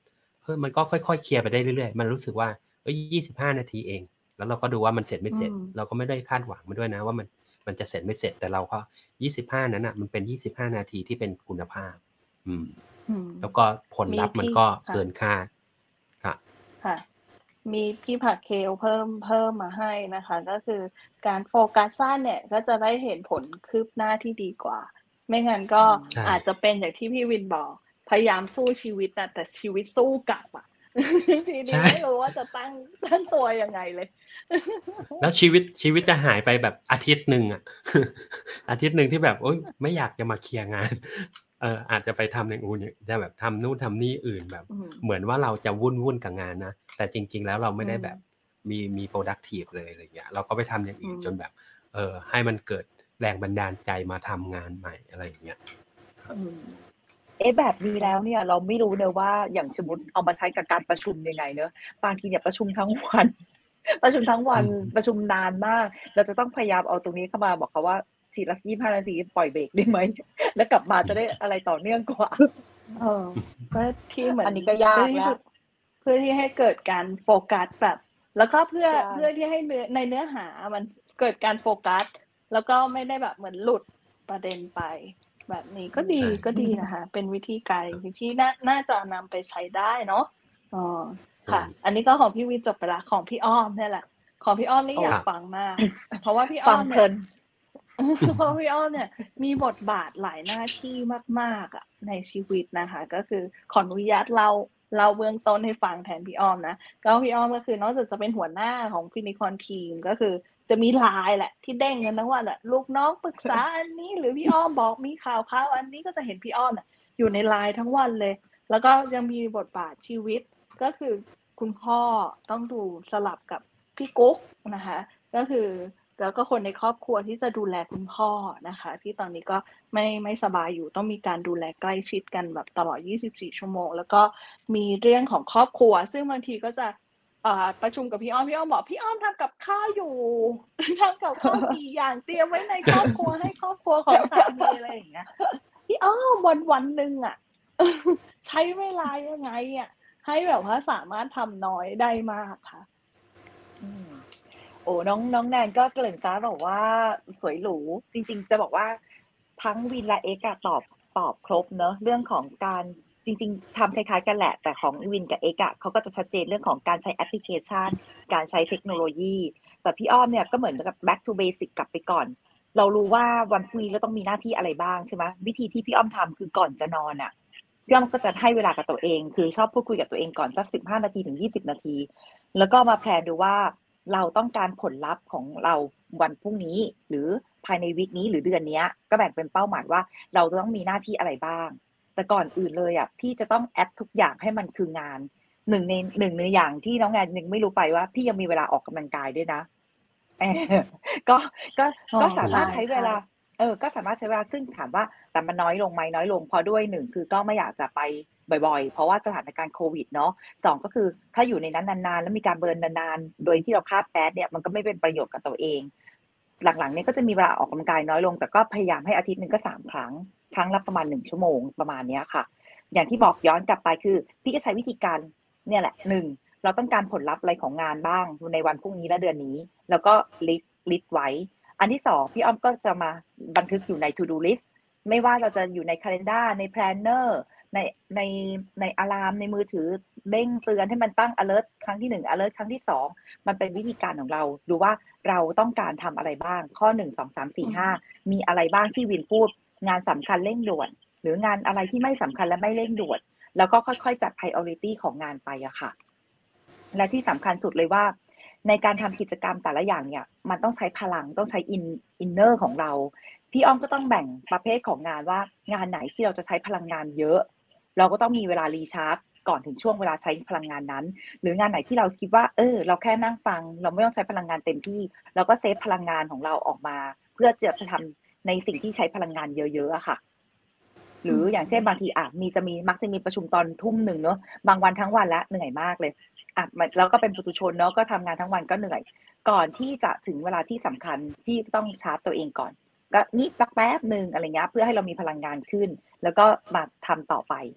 อมันก็ค่อยๆเคลียร์ไปได้เรื่อยๆมันรู้สึกว่าเอ้ยยี่สิบห้านาทีเองแล้วเราก็ดูว่ามันเสร็จไม่เสร็จเราก็ไม่ได้คาดหวังมันด้วยนะว่ามันมันจะเสร็จไม่เสร็จแต่เราก็ยี่สิบห้านั้นน่ะมันเป็นยี่สิบห้านาทีที่เป็นคุณภาพอืมแล้วก็ผลลัพธ์มันก็เกินคาดค่ะค่ะมีพี่ผักเคลเพิ่มเพิ่มมาให้นะคะก็คือการโฟกัสสั้นเนี่ยก็จะได้เห็นผลคืบหน้าที่ดีกว่าไม่งั้นก็อาจจะเป็นอย่างที่พี่วินบอกพยายามสู้ชีวิตนะแต่ชีวิตสู้กลับอ่ะทีนี้ไม่รู้ว่าจะตั้งตั้งตัวยังไงเลยแล้วชีวิตชีวิตจะหายไปแบบอาทิตย์นึงอ่ะอาทิตย์นึงที่แบบโอ๊ยไม่อยากจะมาเคลียร์งานเอออาจจะไปทำอย่างอื่นจะแบบทำนู่นทำนี่อื่นแบบเหมือนว่าเราจะวุ่นวุ่นกับงานนะแต่จริงๆแล้วเราไม่ได้แบบมีมี productive เลยอะไรเงี้ยเราก็ไปทำอย่างอื่นจนแบบเออให้มันเกิดแรงบันดาลใจมาทำงานใหม่อะไรอย่างเงี้ยเอ๊ะแบบนี้แล้วเนี่ยเราไม่รู้เนอะว่าอย่างสมมติเอามาใช้กับการประชุมยังไงเนอะบางทีเนี่ยประชุมทั้งวัน ประชุมทั้งวันประชุมนานมากเราจะต้องพยายามเอาตรงนี้เข้ามาบอกเขาว่าสี่ละยี่สิบห้านาทีปล่อยเบรกได้ไหมแล้วกลับมาจะได้อะไรต่อเนื่องกว่าเออก็ที่เหมือนอันนี้ก็ยากแล้วเพื่อที่ให้เกิดการโฟกัสแบบแล้วก็เพื่อเพื่อที่ให้เนื้อในเนื้อหามันเกิดการโฟกัสแล้วก็ไม่ได้แบบเหมือนหลุดประเด็นไปแบบนี้ก็ดีก็ดีนะคะเป็นวิธีการที่น่าน่าจะนำไปใช้ได้เนาะอ๋อค่ะอันนี้ก็ของพี่วินจบไปละของพี่อ้อมนี่แหละของพี่อ้อมนี่อยากฟังมากเพราะว่าพี่อ้อมเนี่ยเพราะพี่อ้อมเนี่ยมีบทบาทหลายหน้าที่มากๆอ่ะในชีวิตนะคะก็คือขออนุญาตเราเราเบื้องต้นให้ฟังแทนพี่อ้อมนะก็พี่อ้อมก็คือนอกจากจะเป็นหัวหน้าของฟินิคอนทีมก็คือจะมีไลน์แหละที่เด้งกันทั้งวันแหละลูกน้องปรึกษาอันนี้หรือพี่อ้อมบอกมีข่าวข่าวอันนี้ก็จะเห็นพี่อ้อมอยู่ในไลน์ทั้งวันเลยแล้วก็ยังมีบทบาทชีวิตก็คือคุณพ่อต้องดูสลับกับพี่กุ๊กนะคะก็คือแล้วก็คนในครอบครัวที่จะดูแลคุณพ่อนะคะที่ตอนนี้ก็ไม่ไม่สบายอยู่ต้องมีการดูแลใกล้ชิดกันแบบตลอดยี่สิบสี่ชั่วโมงแล้วก็มีเรื่องของครอบครัวซึ่งบางทีก็จะประชุมกับพี่อ้อมพี่อ้อมบอกพี่อ้อมทำกับข้าวอยู่ทำกับข้าวกี่อย่างเตรียมไว้ในครอบครัวให้ครอบครัวของสามีอะไรอย่างเงี้ยพี่อ้อมวันวันหนึ่งอ่ะใช้เวลายังไงอ่ะให้แบบว่าสามารถทำน้อยได้มากค่ะโอ้น้องน้องแนนก็เกริ่นซ้าบอกว่าสวยหรูจริงๆจะบอกว่าทั้งวินและเอ็กซ์ตอบตอบครบเนอะเรื่องของการจริงๆทำคล้ายๆกันแหละแต่ของวินกับเอ็กซ์เขาก็จะชัดเจนเรื่องของการใช้แอปพลิเคชันการใช้เทคโนโลยีแต่พี่อ้อมเนี่ยก็เหมือนกับ back to basic กลับไปก่อนเรารู้ว่าวันพรุ่งนี้เราต้องมีหน้าที่อะไรบ้างใช่ไหมวิธีที่พี่อ้อมทำคือก่อนจะนอนอ่ะพี่อ้อมก็จะให้เวลากับตัวเองคือชอบพูดคุยกับตัวเองก่อนสักสิบห้านาทีถึงยี่สิบนาทีแล้วก็มาแพลนดูว่าเราต้องการผลลัพธ์ของเราวันพรุ่งนี้หรือภายในวีคนี้หรือเดือนนี้ก็แบ่งเป็นเป้าหมายว่าเราต้องมีหน้าที่อะไรบ้างแต่ก่อนอื่นเลยอ่ะพี่จะต้องแอดทุกอย่างให้มันคืองานหนึ่งในหนึ่งในอย่างที่น้องแนนยังไม่รู้ไปว่าพี่ยังมีเวลาออกกำลังกายด้วยนะก็ก็ก็สามารถใช้เวลาเออก็สามารถใช้เวลาซึ่งถามว่าแต่มันน้อยลงไหมน้อยลงเพราะด้วยหนึ่งคือก็ไม่อยากจะไปบ่อยๆเพราะว่าสถานการณ์โควิดเนาะสองก็คือถ้าอยู่ในนั้นนานๆแล้วมีการเบิร์นนานๆโดยที่เราคาดแฟตเนี่ยมันก็ไม่เป็นประโยชน์กับตัวเองหลังๆนี้ก็จะมีเวลาออกกำลังกายน้อยลงแต่ก็พยายามให้อาทิตย์นึงก็สามครั้งครั้งละประมาณหนึ่งชั่วโมงประมาณนี้ค่ะอย่างที่บอกย้อนกลับไปคือพี่ก็ใช้วิธีการเนี่ยแหละหนึ่งเราต้องการผลลัพธ์อะไรของงานบ้างในวันพรุ่งนี้และเดือนนี้แล้วก็ลิสต์ลิสต์ไว้อันที่สองพี่อ้อมก็จะมาบันทึกอยู่ใน to do list ไม่ว่าเราจะอยู่ใน calendar ใน planner ในในในอะลามในมือถือเด้งเตือนให้มันตั้ง alert ครั้งที่หนึ่ง alert ครั้งที่สองมันเป็นวิธีการของเราดูว่าเราต้องการทำอะไรบ้างข้อหนึ่ง สอง สาม สี่ ห้ามีอะไรบ้างที่วินพูดงานสำคัญเร่งด่วนหรืองานอะไรที่ไม่สำคัญและไม่เร่งด่วนแล้วก็ค่อยๆจัด priority ของงานไปอะค่ะและที่สำคัญสุดเลยว่าในการทำกิจกรรมแต่ละอย่างเนี่ยมันต้องใช้พลังต้องใช้อินอินเนอร์ของเราพี่อ้อมก็ต้องแบ่งประเภทของงานว่างานไหนที่เราจะใช้พลังงานเยอะเราก็ต้องมีเวลารีชาร์จก่อนถึงช่วงเวลาใช้พลังงานนั้นหรืองานไหนที่เราคิดว่าเออเราแค่นั่งฟังเราไม่ต้องใช้พลังงานเต็มที่เราก็เซฟพลังงานของเราออกมาเพื่อจะทำในสิ่งที่ใช้พลังงานเยอะๆอะค่ะหรืออย่างเช่นบางทีอ่ะมีจะมีมักจะมีประชุมตอนทุ่มหนึ่งเนาะบางวันทั้งวันละเหนื่อยมากเลยอ่ะแล้วก็เป็นปุถุชนเนาะก็ทำงานทั้งวันก็เหนื่อยก่อนที่จะถึงเวลาที่สำคัญที่ต้องชาร์จตัวเองก่อนก็นิดสักแป๊บนึงอะไรเงี้ยเพื่อให้เรามีพลังงานขึ้นแล้วก็มาทำต่อไป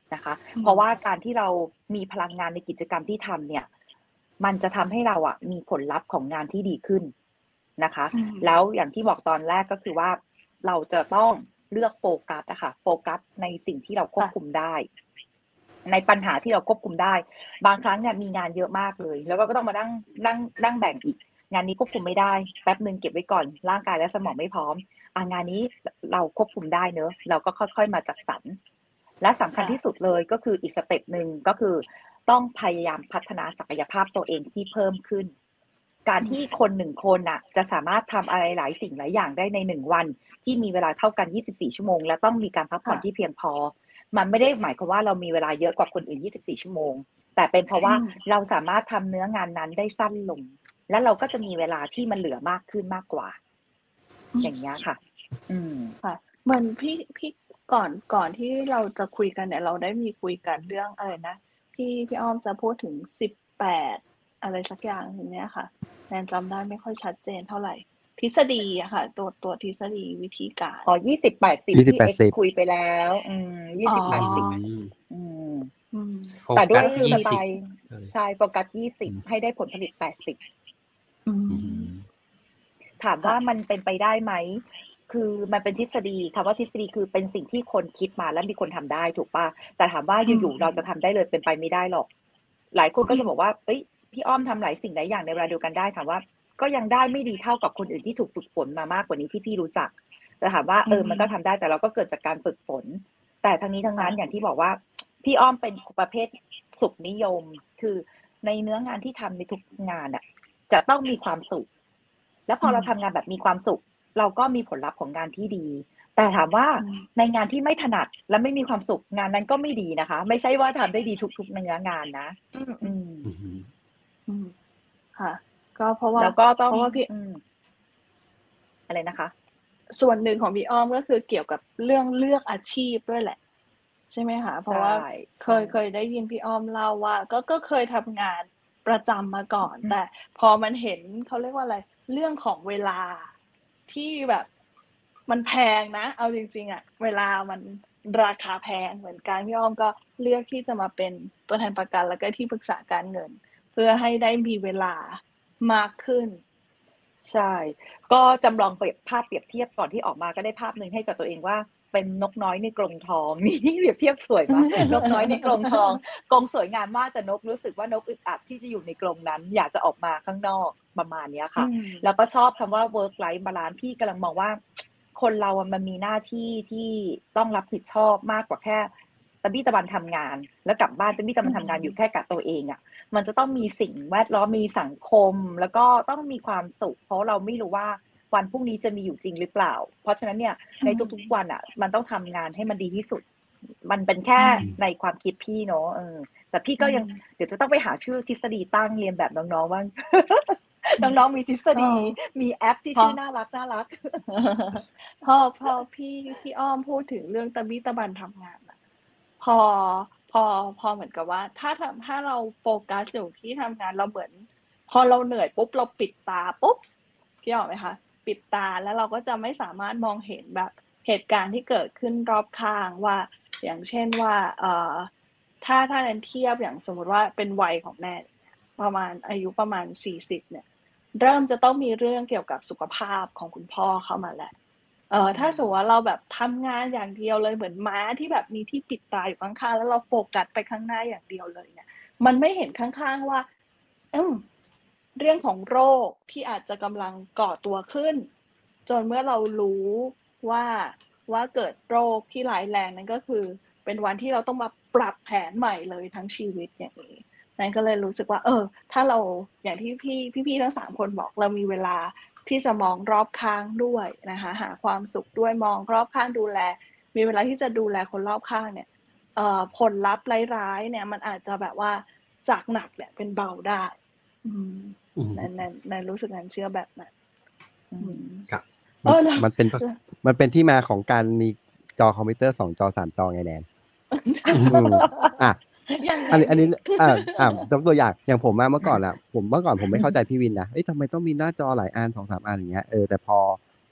นะคะอืมเพราะว่าการที่เรามีพลังงานในกิจกรรมที่ทำเนี่ยมันจะทำให้เราอ่ะมีผลลัพธ์ของงานที่ดีขึ้นนะคะอืมแล้วอย่างที่บอกตอนแรกก็คือว่าเราจะต้องเลือกโฟกัสอะค่ะโฟกัสในสิ่งที่เราควบคุมได้ ในปัญหาที่เราควบคุมได้ บางครั้งเนี่ยมีงานเยอะมากเลย แล้วก็ต้องมานั่งนั่งนั่งแบ่งอีก งานนี้ควบคุมไม่ได้แป๊บหนึ่งเก็บไว้ก่อนร่างกายและสมองไม่พร้อมอ่างานนี้เราควบคุมได้เนอะเราก็ค่อยๆมาจัดสรรและสำคัญค่ะที่สุดเลยก็คืออีกสเต็ปหนึ่งก็คือต้องพยายามพัฒนาศักยภาพตัวเองที่เพิ่มขึ้น การที่คนหนึ่งคนน่ะจะสามารถทำอะไรหลายสิ่งหลายอย่างได้ในหนึ่งวัน ที่มีเวลาเท่ากันยี่สิบสี่ชั่วโมงและต้องมีการพักผ่อนค่ะที่เพียงพอ มันไม่ได้หมายความว่าเรามีเวลาเยอะกว่าคนอื่นยี่สิบสี่ชั่วโมง แต่เป็นเพราะว่าอืมเราสามารถทำเนื้องานนั้นได้สั้นลง และเราก็จะมีเวลาที่มันเหลือมากขึ้นมากกว่า อย่างเงี้ยค่ะ อืมค่ะเหมือนพี่พี่ก่อนก่อนที่เราจะคุยกันเนี่ย เราได้มีคุยกันเรื่องอะไรนะพี่พี่อ้อมจะพูดถึงสิบแปดอะไรสักอย่างอย่างเนี้ยค่ะแนนจำได้ไม่ค่อยชัดเจนเท่าไหร่ ทฤษฎีอะค่ะ ตัวตัวทฤษฎีวิธีการอ๋อยี่สิบแปดสิบยี่สิบที่แปดเอ็กสิบคุยไปแล้ว อืมยี่สิบแปดสิบอืมอืมอืมโฟแต่ด้กัวยสสยี่ไตสิบล์เออใช่โฟกัสยี่สิบอืมให้ได้ผลผลิตแปดสิบอือืมมถามว่ามันเป็นไปได้ไหม คือมันเป็นทฤษฎีคำว่าทฤษฎีคือเป็นสิ่งที่คนคิดมาแล้วมีคนทำได้ถูกป่ะ แต่ถามว่าอืมอยู่ๆเราจะทำได้เลยเป็นไปไม่ได้หรอก หลายคนก็จะบอกว่าเอ้ยพี่อ้อมทำหลายสิ่งหลายอย่างในเวลาเดียวกันได้ถามว่าก็ยังได้ไม่ดีเท่ากับคนอื่นที่ถูกฝึกฝนมามากกว่านี้ที่พี่รู้จัก แต่ถามว่าเออมันก็ทำได้แต่เราก็เกิดจากการฝึกฝน แต่ทั้งนี้ทั้งนั้นอย่างที่บอกว่า พี่อ้อมเป็นประเภทสุขนิยม คือในเนื้องานที่ทำในทุกงานอ่ะ จะต้องมีความสุข แล้วพอเราทำงานแบบมีความสุข เราก็มีผลลัพธ์ของงานที่ดี แต่ถามว่าอืมในงานที่ไม่ถนัดและไม่มีความสุขงานนั้นก็ไม่ดีนะคะ ไม่ใช่ว่าทำได้ดีทุกๆเนื้องานนะอืมอืมอืมอืมค่ะ ก็เพราะว่าแล้วก็ต้องเพราะว่าพี่อืมอะไรนะคะส่วนหนึ่งของพี่อ้อมก็คือเกี่ยวกับเรื่องเลือกอาชีพด้วยแหละ ใช่ไหมคะเพราะว่าใช่เคยเคยได้ยินพี่อ้อมเล่าว่า ก็ก็เคยทำงานประจำมาก่อนอืมแต่พอมันเห็นเขาเรียกว่าอะไร เรื่องของเวลาที่แบบมันแพงนะ เอาจริงๆอะเวลามันราคาแพงเหมือนกันพี่อ้อมก็เลือกที่จะมาเป็นตัวแทนประกันแล้วก็ที่ปรึกษาการเงิน เพื่อให้ได้มีเวลามากขึ้นใช่ ก็จำลองเปรียบภาพเปรียบเทียบก่อนที่ออกมาก็ได้ภาพหนึ่งให้กับตัวเองว่าเป็นนกน้อยในกรงทอง นี่เปรียบเทียบสวยมาก นกน้อยในกรงทองกรงสวยงามมากแต่นกรู้สึกว่านกอึดอัดที่จะอยู่ในกรงนั้น อยากจะออกมาข้างนอกประมาณเนี้ยค่ะอืมแล้วก็ชอบคำว่า work life balance พี่กำลังมองว่า คนเราอะมันมีหน้าที่ที่ต้องรับผิดชอบมากกว่าแค่ตะบี้ตะบันทำงาน แล้วกลับบ้านตะบี้ตะบันทำงานอยู่แค่กับตัวเองอะมันจะต้องมีสิ่งแวดล้อมมีสังคม แล้วก็ต้องมีความสุข เพราะเราไม่รู้ว่าวันพรุ่งนี้จะมีอยู่จริงหรือเปล่า เพราะฉะนั้นเนี่ยในทุกๆวันอะมันต้องทำงานให้มันดีที่สุด มันเป็นแค่อืมในความคิดพี่เนาะเออแต่พี่ก็ยังเดี๋ยวจะต้องไปหาชื่อทฤษฎีตั้งเรียนแบบน้องๆว่าง น้องๆมีทฤษฎีอ๋อมีแอปที่พอชื่อน่ารักน่ารักพอพอพี่พี่อ้อมพูดถึงเรื่องตะบี้ตะบันทำงานอะพอพอพอเหมือนกับว่า ถ้าทำถ้าเราโฟกัสอยู่ที่ทำงานเราเหมือน พอเราเหนื่อยปุ๊บเราปิดตาปุ๊บพี่ออกไหมคะปิดตาแล้วเราก็จะไม่สามารถมองเห็นแบบเหตุการณ์ที่เกิดขึ้นรอบข้างว่า อย่างเช่นว่าเอ่อถ้าถ้าแนนเทียบอย่างสมมติว่าเป็นวัยของแนนประมาณอายุประมาณสี่สิบเนี่ย เริ่มจะต้องมีเรื่องเกี่ยวกับสุขภาพของคุณพ่อเข้ามาแหละ เอ่อถ้าสมมติว่าเราแบบทำงานอย่างเดียวเลยเหมือนม้าที่แบบมีที่ปิดตาอยู่ข้างๆแล้วเราโฟกัสไปข้างหน้าอย่างเดียวเลยเนี่ย มันไม่เห็นข้างๆว่าอืมเรื่องของโรคที่อาจจะกำลังก่อตัวขึ้น จนเมื่อเรารู้ว่าว่าเกิดโรคที่ร้ายแรงนั่นก็คือ เป็นวันที่เราต้องมาปรับแผนใหม่เลยทั้งชีวิตอย่างนี้นั่นก็เลยรู้สึกว่า เออ ถ้าเราอย่างที่พี่พี่ๆทั้งสามคนบอกเรามีเวลาที่จะมองรอบข้างด้วยนะคะหาความสุขด้วยมองรอบข้างดูแล มีเวลาที่จะดูแลคนรอบข้างเนี่ย เอ่อผลลัพธ์ร้ายๆเนี่ย มันอาจจะแบบว่าจากหนักเนี่ยเป็นเบาได้ อืมอืมนั่นนั่นนั่นรู้สึกนั่นเชื่อแบบนั้นอือืมมครับเออแล้วมันเป็นมันเป็นที่มาของการมีจอคอมพิวเตอร์สองจอสามจอไงแนนอืมอ่ะอย่างอันนี้อันนี้นี้อ่าอ่ายกตัวอย่างอย่างผมอะเมื่อก่อนอะผมเมื่อก่อนผมไม่เข้าใจพี่วินนะเอ้ยทำไมต้องมีหน้าจอหลายอันสองสามอันอย่างเงี้ยเออแต่พอพ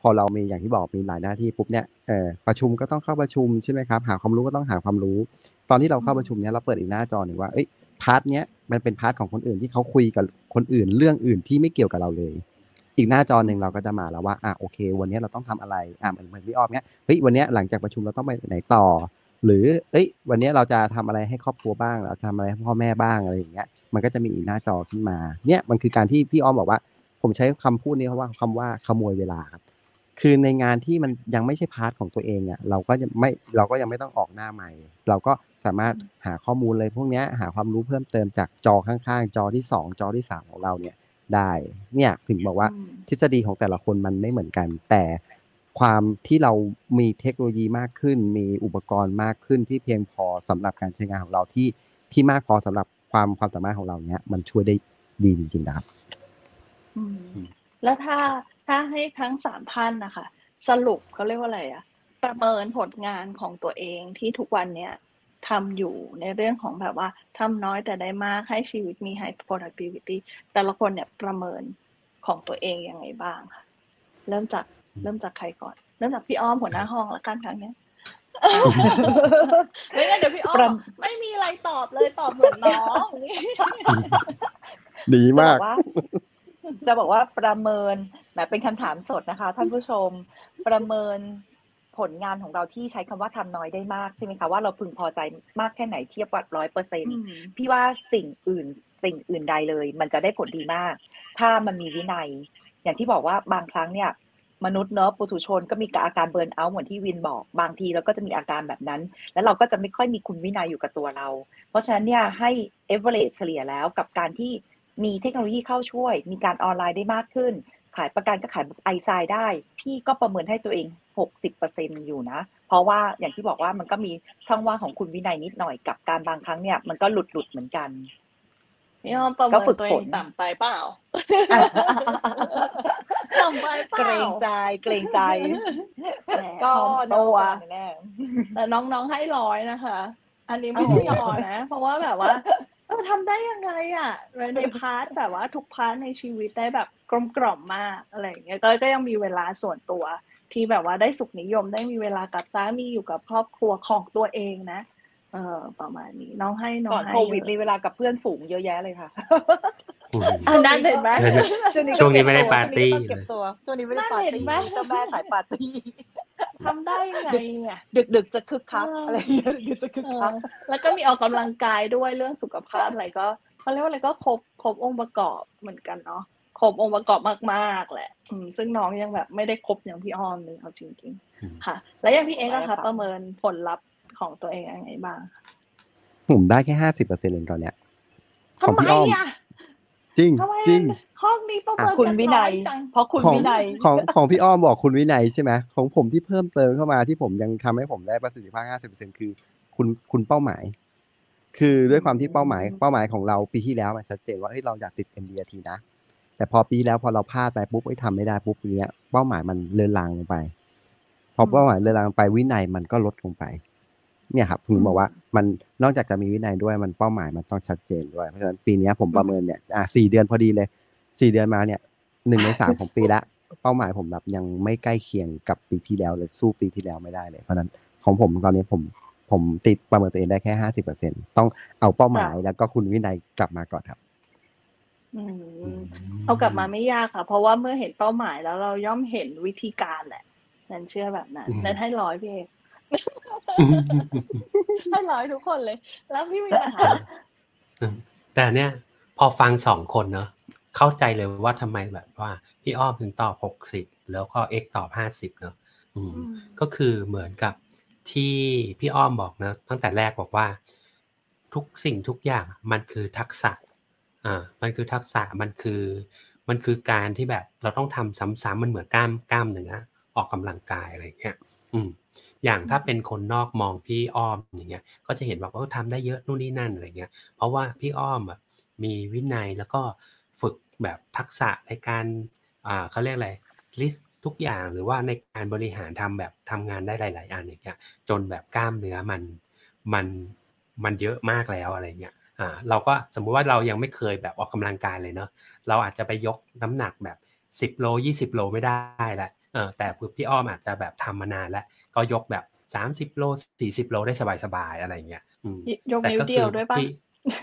พอเรามีอย่างที่บอกมีหลายหน้าที่ปุ๊บเนี่ยเอ่อประชุมก็ต้องเข้าประชุมใช่ไหมครับหาความรู้ก็ต้องหาความรู้ตอนที่เราเข้าประชุมเนี้ยเราเปิดอีกหน้าจอหนึ่งว่าเอ้ยพาร์ทเนี้ยมันเป็นพาร์ทของคนอื่นที่เขาคุยกับคนอื่นเรื่องอื่นที่ไม่เกี่ยวกับเราเลยอีกหน้าจอหนึ่งเราก็จะมาแล้วว่าอ่ะโอเควันนี้เราต้องทำอะไรอ่ะเหมือนเหมือนพี่อ้อมเนี้ยเฮ้ยวันนี้หลังจากประชุมเราต้องไปไหนต่อหรือเอ้ยวันนี้เราจะทำอะไรให้ครอบครัวบ้างเราทำอะไรให้พ่อแม่บ้างอะไรอย่างเงี้ยมันก็จะมีอีกหน้าจอขึ้นมาเนี่ยมันคือการที่พี่อ้อมบอกว่าผมใช้คำพูดนี้เพราะว่าคำว่าขโมยเวลาครับคือในงานที่มันยังไม่ใช่พาร์ทของตัวเองอ่ะเราก็จะไม่เราก็ยังไม่ต้องออกหน้าใหม่เราก็สามารถหาข้อมูลเลยพวกเนี้ยหาความรู้เพิ่มเติมจากจอข้างๆจอที่สองจอที่สามของเราเนี่ยได้เนี่ยถึงบอกว่าทฤษฎีของแต่ละคนมันไม่เหมือนกันแต่ความที่เรามีเทคโนโลยีมากขึ้นมีอุปกรณ์มากขึ้นที่เพียงพอสำหรับการใช้งานของเราที่ที่มากพอสำหรับความความสามารถของเราเนี้ยมันช่วยได้ดีจริงๆนะครับอืมแล้วถ้าถ้าให้ทั้งสามท่านนะคะสรุปเขาเรียกว่าอะไรอะประเมินผลงานของตัวเองที่ทุกวันเนี้ยทำอยู่ในเรื่องของแบบว่าทำน้อยแต่ได้มากให้ชีวิตมี high productivity แต่ละคนเนี่ยประเมินของตัวเองยังไงบ้างค่ะเริ่มจากเริ่มจากใครก่อนเริ่มจากพี่อ้อมหัวหน้าห้องละกันครั้งเนี้ยไม่งั้นเดี๋ยวพี่อ้อมไม่มีอะไรตอบเลยตอบเหมือนน้องดีมากจะบอกว่าประเมินแบบเป็นคำถามสดนะคะท่านผู้ชมประเมินผลงานของเราที่ใช้คำว่าทำน้อยได้มากใช่ไหมคะว่าเราพึงพอใจมากแค่ไหนเทียบกับร้อยเปอร์เซ็นต์พี่ว่าสิ่งอื่นสิ่งอื่นใดเลยมันจะได้ผลดีมากถ้ามันมีวินัยอย่างที่บอกว่าบางครั้งเนี่ยมนุษย์เนอะปุถุชนก็มีอาการเบิร์นเอาท์เหมือนที่วินบอกบางทีเราก็จะมีอาการแบบนั้นแล้วเราก็จะไม่ค่อยมีคุณวินัยอยู่กับตัวเราเพราะฉะนั้นเนี่ยให้ average เฉลี่ยแล้วกับการที่มีเทคโนโลยีเข้าช่วยมีการออนไลน์ได้มากขึ้นขายประกันก็ขายไอซายได้พี่ก็ประเมินให้ตัวเอง หกสิบเปอร์เซ็นต์ อยู่นะเพราะว่าอย่างที่บอกว่ามันก็มีช่องว่างของคุณวินัยนิดหน่อยกับการบางครั้งเนี่ยมันก็หลุดหลุดเหมือนกันพี่อ้อมประเมินตัวเองต่ำไปเปล่าต่ำไปเปล่าเกรงใจเกรงใจก็ตัวแต่น้องๆให้ร้อยนะคะอันนี้ไม่ได้ยอนะเพราะว่าแบบว่าเออทำได้ยังไงอ่ะในพาร์ทแบบว่าทุกพาร์ทในชีวิตได้แบบกลมกล่อมมากอะไรอย่างเงี้ยก็ก็ยังมีเวลาส่วนตัวที่แบบว่าได้สุขนิยมได้มีเวลากับสามีอยู่กับครอบครัวของตัวเองนะเออประมาณนี้น้องให้น้องให้ก่อนโควิดมีเวลากับเพื่อนฝูงเยอะแยะเลยค่ะอันนั้นเห็นไหมช่วงนี้ไม่ได้ปาร์ตี้เก็บตัวช่วงนี้ไม่ได้ปาร์ตี้เจ้าแม่สายปาร์ตี้ทำได้ไงอ่ะดึกๆจะคึกคักอะไรดึกๆจะคึกคักแล้วก็มีออกกำลังกายด้วยเรื่องสุขภาพอะไรก็เขาเรียกว่าอะไรก็ครบครบองค์ประกอบเหมือนกันเนาะครบองค์ประกอบมากๆแหละซึ่งน้องยังแบบไม่ได้ครบอย่างพี่อ้อมเลยเอาจริงๆค่ะแล้วอย่างพี่เอ็กซ์นะคะประเมินผลลัพธ์ของตัวเองยังไงบ้างผมได้แค่ห้าสิบเปอร์เซ็นต์เองตอนเนี้ยของพี่อ้อมจริงจริงห้องนี้ประเมินคุณวินัยเพราะคุณวินัยของของพี่อ้อมบอกคุณวินัยใช่ไหมของผมที่เพิ่มเติมเข้ามาที่ผมยังทำให้ผมได้ประสิทธิภาพ ห้าสิบเปอร์เซ็นต์ คือคุณคุณเป้าหมายคือด้วยความที่เป้าหมายเป้าหมายของเราปีที่แล้วมันชัดเจนว่าเฮ้ยเราอยากติด เอ็ม ดี อาร์ ที นะแต่พอปีแล้วพอเราพลาดไปปุ๊บไม่ทำไม่ได้ปุ๊บเนี้ยเป้าหมายมันเลือนลางลงไปพอเป้าหมายเลือนลางไปวินัยมันก็ลดลงไปเนี่ยครับผมบอกว่ามันนอกจากจะมีวินัยด้วยมันเป้าหมายมันต้องชัดเจนด้วยเพราะฉะนั้นปีนี้ผมประเมินเนี่ยอ่ะสี่เดือนพอดีเลยสี่เดือนมาเนี่ยหนึ่งในสามของปีละเป้าหมายผมแบบยังไม่ใกล้เคียงกับปีที่แล้วเลยสู้ปีที่แล้วไม่ได้เลยเพราะนั้นของผมตอนนี้ผมผมติดประเมินตัวเองได้แค่ห้าสิบเปอร์เซ็นต์ต้องเอาเป้าหมายแล้วก็คุณวินัยกลับมาก่อนครับอืมเอากลับมาไม่ยากค่ะเพราะว่าเมื่อเห็นเป้าหมายแล้วเราย่อมเห็นวิธีการแหละนั่นเชื่อแบบนั้นนั่นให้ร้อยพี่เอกให้ร้อยทุกคนเลยแล้วพี่วินนะคะแต่เนี่ยพอฟังสองคนเนอะเข้าใจเลยว่าทำไมแบบว่าพี่อ้อมถึงตอบหกสิบแล้วก็เอ็กตอบห้าสิบเนอะอืมก็คือเหมือนกับที่พี่อ้อมบอกนะตั้งแต่แรกบอกว่าทุกสิ่งทุกอย่างมันคือทักษะอ่ามันคือทักษะมันคือมันคือการที่แบบเราต้องทำซ้ำๆมันเหมือนกล้ามกล้ามเนื้อออกกำลังกายอะไรเงี้ยอืมอย่างถ้าเป็นคนนอกมองพี่อ้อมอย่างเงี้ยก็จะเห็นว่าเขาทำได้เยอะนู่นนี่นั่นอะไรเงี้ยเพราะว่าพี่อ้อมอ่ะมีวินัยแล้วก็ฝึกแบบทักษะในการอ่าเขาเรียกอะไรลิสต์ทุกอย่างหรือว่าในการบริหารทำแบบทำงานได้หลายๆอันอย่างเงี้ยจนแบบกล้ามเนื้อมันมันมันเยอะมากแล้วอะไรเงี้ยอ่าเราก็สมมุติว่าเรายังไม่เคยแบบออกกำลังกายเลยเนาะเราอาจจะไปยกน้ำหนักแบบสิบโลยี่สิบโลไม่ได้แหละเออแต่พี่อ้อมอาจจะแบบทำมานานแล้วก็ยกแบบสามสิบโลสี่สิบโลได้สบายๆอะไรเงี้ยอืมยกแต่นิ้วก็เดีคืยวอด้วยปะพี่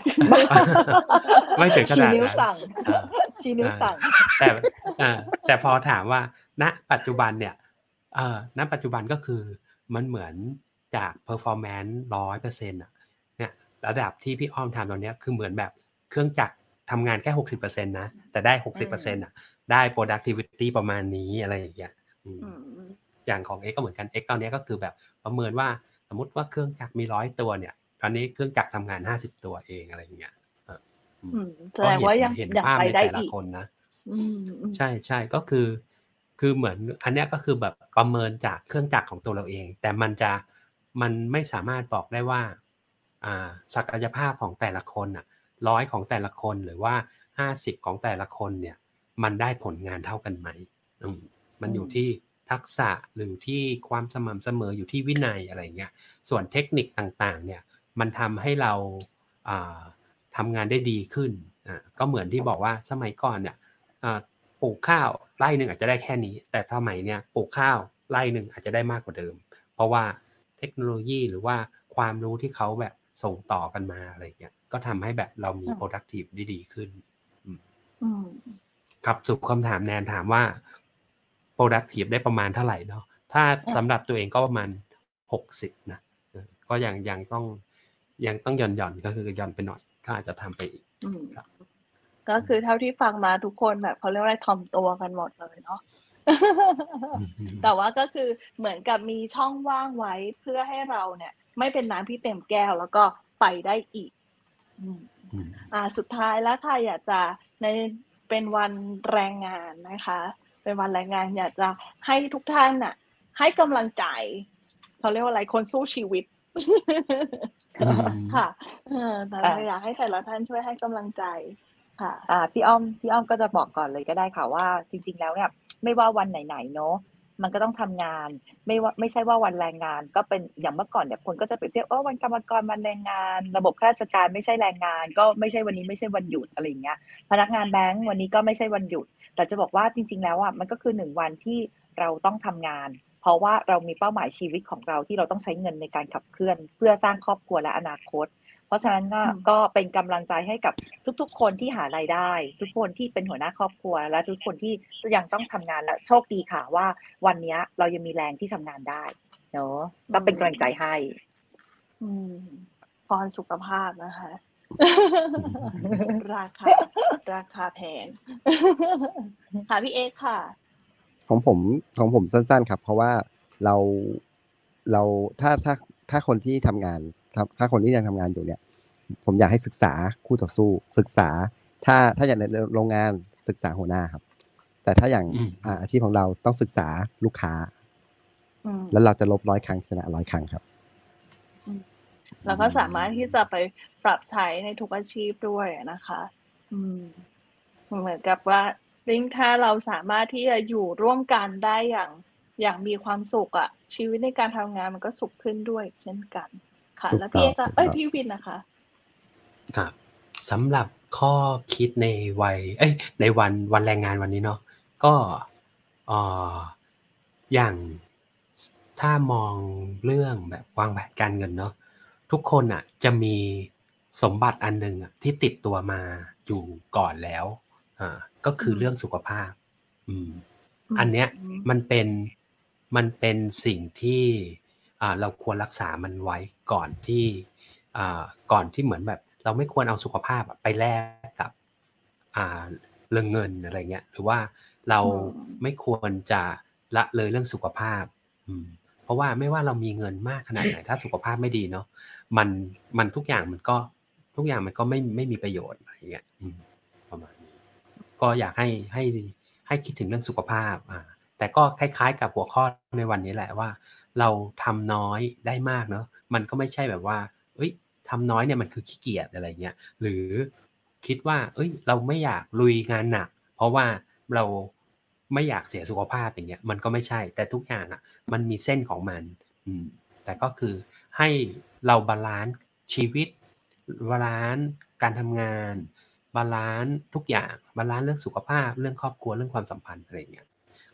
ไม่ถึงขชี้นาดนิ้วนั้นสั่งเออชี้นิ้วอ่าสั่งแต่อ่าแต่พอถามว่าณปัจจุบันเนี่ยเอ่อณปัจจุบันก็คือมันเหมือนจาก performance ร้อยเปอร์เซ็นต์ อ่ะเนี่ยระดับที่พี่อ้อมทำตอนเนี้ยคือเหมือนแบบเครื่องจักรทำงานแค่ หกสิบเปอร์เซ็นต์ นะแต่ได้ หกสิบเปอร์เซ็นต์ อ่ะได้ productivity ประมาณนี้อะไรอย่างเงี้ยอืมอืมอย่างของ X ก็เหมือนกัน X ตอนนี้ก็คือแบบประเมินว่าสมมุติว่าเครื่องจักรมีร้อยตัวเนี่ยตอนนี้เครื่องจักรทำงานห้าสิบตัวเองอะไรอย่างเงี้ยเอออืมอืมแสก็ดงเห็นว่ายังเห็นยังภาพไปในได้แต่ละอีกคนนะอืมอืมใช่ใช่ก็คือคือเหมือนอันเนี้ยก็คือแบบประเมินจากเครื่องจักรของตัวเราเอง แต่มันจะมันไม่สามารถบอกได้ว่าอ่าศักยภาพของแต่ละคนอ่ะร้อยของแต่ละคนหรือว่าห้าสิบของแต่ละคนเนี่ยมันได้ผลงานเท่ากันไหมอืมมันอยู่ที่ทักษะหรือที่ความสม่ำเสมออยู่ที่วินัยอะไรเงี้ยส่วนเทคนิคต่างๆเนี่ยมันทำให้เราอ่าทำงานได้ดีขึ้นอ่าก็เหมือนที่บอกว่าสมัยก่อนเนี่ยอ่าปลูกข้าวไร่หนึ่งอาจจะได้แค่นี้แต่สมัยเนี่ยปลูกข้าวไร่หนึ่งอาจจะได้มากกว่าเดิมเพราะว่าเทคโนโลยีหรือว่าความรู้ที่เขาแบบส่งต่อกันมาอะไรเงี้ยก็ทำให้แบบเรามี productive ได้ดีขึ้นอืมครับสู่คำถามแนนถามว่า productive ได้ประมาณเท่าไหร่เนาะถ้าสำหรับตัวเองก็ประมาณหกสิบนะเออก็ยังยังต้องยังต้องหย่อนหย่อนก็คือหย่อนไปหน่อยก็อาจจะทำไปอีกอืมครับก็คือเท่าที่ฟังมาทุกคนแบบเขาเรียกว่าอะไรถ่อมตัวกันหมดเลยเนาะ แต่ว่าก็คือเหมือนกับมีช่องว่างไว้เพื่อให้เราเนี่ย ไม่เป็นน้ำที่เต็มแก้วแล้วก็ไปได้อีก อืมอืมอ่าสุดท้ายแล้วค่ะอยากจะในเป็นวันแรงงานนะคะ เป็นวันแรงงานอยากจะให้ทุกท่านน่ะ ให้กำลังใจเขาเรียกว่าอะไรคนสู้ชีวิตอืมค่ะเออแต่อ่าอยากให้แต่ละท่านช่วยให้กำลังใจค่ะอ่าพี่อ้อมพี่อ้อมก็จะบอกก่อนเลยก็ได้ค่ะว่าจริง ๆ แล้วเนี่ยไม่ว่าวันไหนๆเนาะมันก็ต้องทำงานไม่ว่าไม่ใช่ว่าวันแรงงานก็เป็นอย่างเมื่อก่อนเนี่ยคนก็จะไปเที่ยวเออวันกรรมกรวันแรงงาน ระบบข้าราชการไม่ใช่แรงงาน ก็ไม่ใช่วันนี้ไม่ใช่วันหยุดอะไรอย่างเงี้ยพนักงานแบงก์วันนี้ก็ไม่ใช่วันหยุด แต่จะบอกว่าจริง ๆ แล้วอ่ะมันก็คือหนึ่งวันที่เราต้องทำงาน เพราะว่าเรามีเป้าหมายชีวิตของเราที่เราต้องใช้เงินในการขับเคลื่อน เพื่อสร้างครอบครัวและอนาคต เพราะฉะนั้นก็อืมก็เป็นกำลังใจให้กับทุกๆ คนที่หารายได้ ทุกคนที่เป็นหัวหน้าครอบครัว และทุกคนที่ยังต้องทำงานและโชคดีค่ะว่าวันนี้เรายังมีแรงที่ทำงานได้เนาะก็เป็นกำลังใจให้อืมพรสุขภาพนะคะ ราคา ราคาแพง ค่ะพี่เอกค่ะของผมของผมสั้นๆครับ เพราะว่าเราเราถ้าถ้าถ้าคนที่ทำงานถ้าถ้าคนที่ยังทำงานอยู่เนี่ย ผมอยากให้ศึกษาคู่ต่อสู้ ศึกษา ถ้าถ้าอย่างในโรงงานศึกษาหัวหน้าครับ แต่ถ้าอย่างอืมอ่าอาชีพของเราต้องศึกษาลูกค้าอืมแล้วเราจะลบร้อยครั้งชนะร้อยครั้งครับแล้วก็สามารถที่จะไปปรับใช้ในทุกอาชีพด้วยนะคะ อืม เหมือนกับว่ายิ่งถ้าเราสามารถที่จะอยู่ร่วมกันได้อย่างอย่างมีความสุขอะชีวิตในการทำงานมันก็สุขขึ้นด้วยเช่นกัน ค่ะถูกแล้วพี่เอกต้ออะงเอ้ยถูกต้องพี่วินนะคะครับสำหรับข้อคิดในวัยเอ้ยในวันวันแรงงานวันนี้เนาะก็เอ่ออย่างถ้ามองเรื่องแบบวางแผนการเงินเนาะทุกคนอ่ะจะมีสมบัติอันหนึ่งอ่ะที่ติดตัวมาอยู่ก่อนแล้วอ่าก็คือเรื่องสุขภาพ อืมอืมอันเนี้ยมันเป็นมันเป็นสิ่งที่อ่าเราควรรักษามันไว้ก่อนที่อ่าก่อนที่เหมือนแบบเราไม่ควรเอาสุขภาพอะไปแลกกับอ่าเรื่องเงินอะไรเงี้ยหรือว่าเราอืมไม่ควรจะละเลยเรื่องสุขภาพ อืม เพราะว่าไม่ว่าเรามีเงินมากขนาดไหน ถ้าสุขภาพไม่ดีเนาะมันมันทุกอย่างมันก็ทุกอย่างมันก็ไม่ไม่มีประโยชน์อะไรเงี้ยอืมประมาณนี้ก็อยากให้ให้ให้คิดถึงเรื่องสุขภาพอ่าแต่ก็คล้ายๆกับหัวข้อในวันนี้แหละว่า เราทำน้อยได้มากเนาะมันก็ไม่ใช่แบบว่าเอ้ยทำน้อยเนี่ยมันคือขี้เกียจอะไรเงี้ยหรือคิดว่าเอ้ยเราไม่อยากลุยงานหนัก เพราะว่าเราไม่อยากเสียสุขภาพอย่างเงี้ยมันก็ไม่ใช่แต่ทุกอย่างอ่ะมันมีเส้นของมันอืมแต่ก็คือให้เราบาลานซ์ชีวิตบาลานซ์การทำงานบาลานซ์ทุกอย่างบาลานซ์เรื่องสุขภาพเรื่องครอบครัวเรื่องความสัมพันธ์อะไรอย่างเงี้ย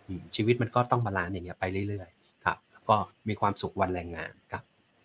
ชีวิตมันก็ต้องบาลานซ์อย่างเงี้ยไปเรื่อยๆครับก็มีความสุขวันแรงงานครับ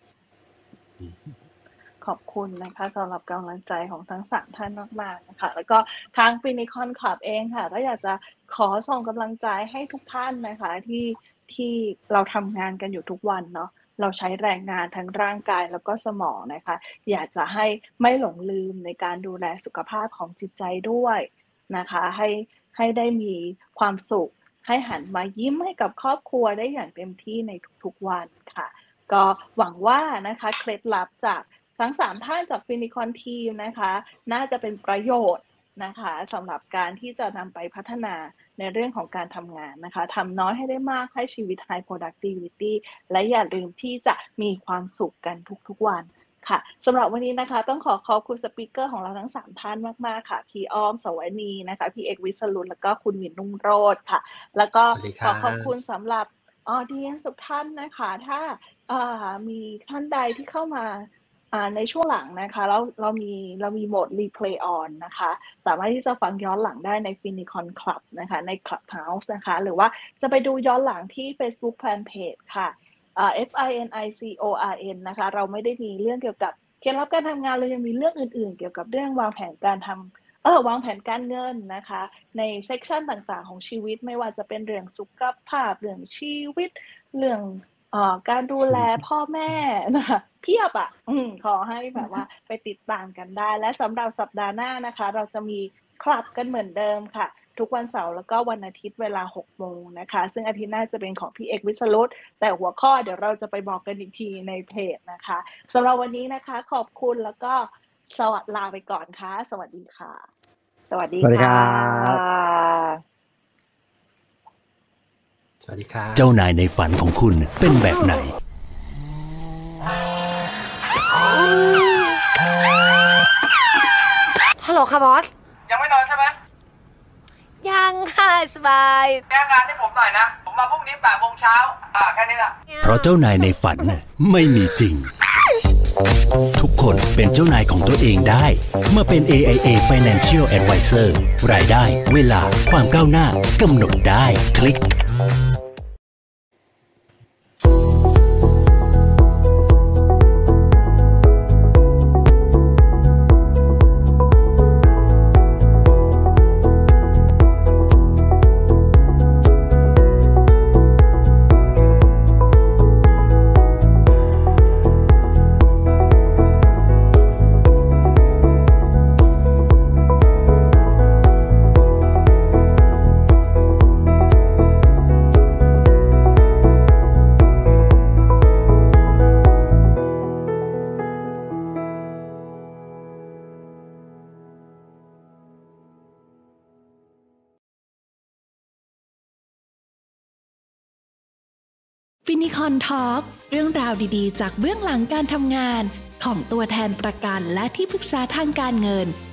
ขอบคุณนะคะสำหรับกำลังใจของทั้งสามท่านมากๆนะคะแล้วก็ทาง Finicon Club เองค่ะก็อยากจะขอส่งกำลังใจให้ทุกท่านนะคะที่ที่เราทำงานกันอยู่ทุกวันเนาะเราใช้แรงงานทั้งร่างกายแล้วก็สมองนะคะอยากจะให้ไม่หลงลืมในการดูแลสุขภาพของจิตใจด้วยนะคะให้ให้ได้มีความสุขให้หันมายิ้มให้กับครอบครัวได้อย่างเต็มที่ในทุกๆวันค่ะก็หวังว่านะคะเคล็ดลับจากทั้งสามท่านจาก Finicon Team นะคะน่าจะเป็นประโยชน์นะคะสำหรับการที่จะนำไปพัฒนาในเรื่องของการทำงานนะคะทำน้อยให้ได้มากให้ชีวิต High Productivity และอย่าลืมที่จะมีความสุขกันทุกๆวันค่ะสำหรับวันนี้นะคะต้องขอขอบคุณสปีกเกอร์ของเราทั้งสามท่านมากๆค่ะพี่อ้อมสวนีนะคะพี่เอกวิศรุตแล้วก็คุณวินนุ่งโรจน์ค่ะแล้วก็ขอขอบคุณสำหรับออเดียนทุกท่านนะคะถ้ามีท่านใดที่เข้ามาในช่วงหลังนะคะเราเรามีเรามีโหมด Replay on นะคะสามารถที่จะฟังย้อนหลังได้ใน Finicon Club นะคะใน Clubhouse นะคะหรือว่าจะไปดูย้อนหลังที่ Facebook Fanpage ค่ะ F I N I C O R N นะคะเราไม่ได้มีเรื่องเกี่ยวกับเคล็ดลับการทำงานเรายังมีเรื่องอื่นๆเกี่ยวกับเรื่องวางแผนการทำเออวางแผนการเงินนะคะในเซกชันต่างๆของชีวิตไม่ว่าจะเป็นเรื่องสุขภาพเรื่องชีวิตเรื่องอ่อการดูแลพ่อแม่นะคะเพียบอ่ะอืมขอให้แบบว่าไปติดตามกันได้และสำหรับสัปดาห์หน้านะคะเราจะมีคลับกันเหมือนเดิมค่ะทุกวันเสาร์แล้วก็วันอาทิตย์เวลาหกโมงนะคะซึ่งอาทิตย์หน้าจะเป็นของพี่เอกวิศรุตแต่หัวข้อเดี๋ยวเราจะไปบอกกันอีกทีในเพจนะคะสำหรับวันนี้นะคะขอบคุณแล้วก็สวัสดีลาไปก่อนค่ะสวัสดีค่ะสวัสดีค่ะสวัสดีครับเจ้านายในฝันของคุณเป็นแบบไหนฮัลโหลค่ะบอสยังไม่นอนใช่ไหมยังค่ะสบายแก้งานให้ผมหน่อยนะผมมาพรุ่งนี้แปดโมงเช้าอ่าแค่นี้แหละเพราะเจ้านายในฝันไม่มีจริงทุกคนเป็นเจ้านายของตัวเองได้เมื่อเป็น เอ ไอ เอ Financial Advisor รายได้เวลาความก้าวหน้ากำหนดได้คลิก Finicon Talk เรื่องราวดีๆจากเบื้องหลังการทำงานของตัวแทนประกันและที่ปรึกษาทางการเงิน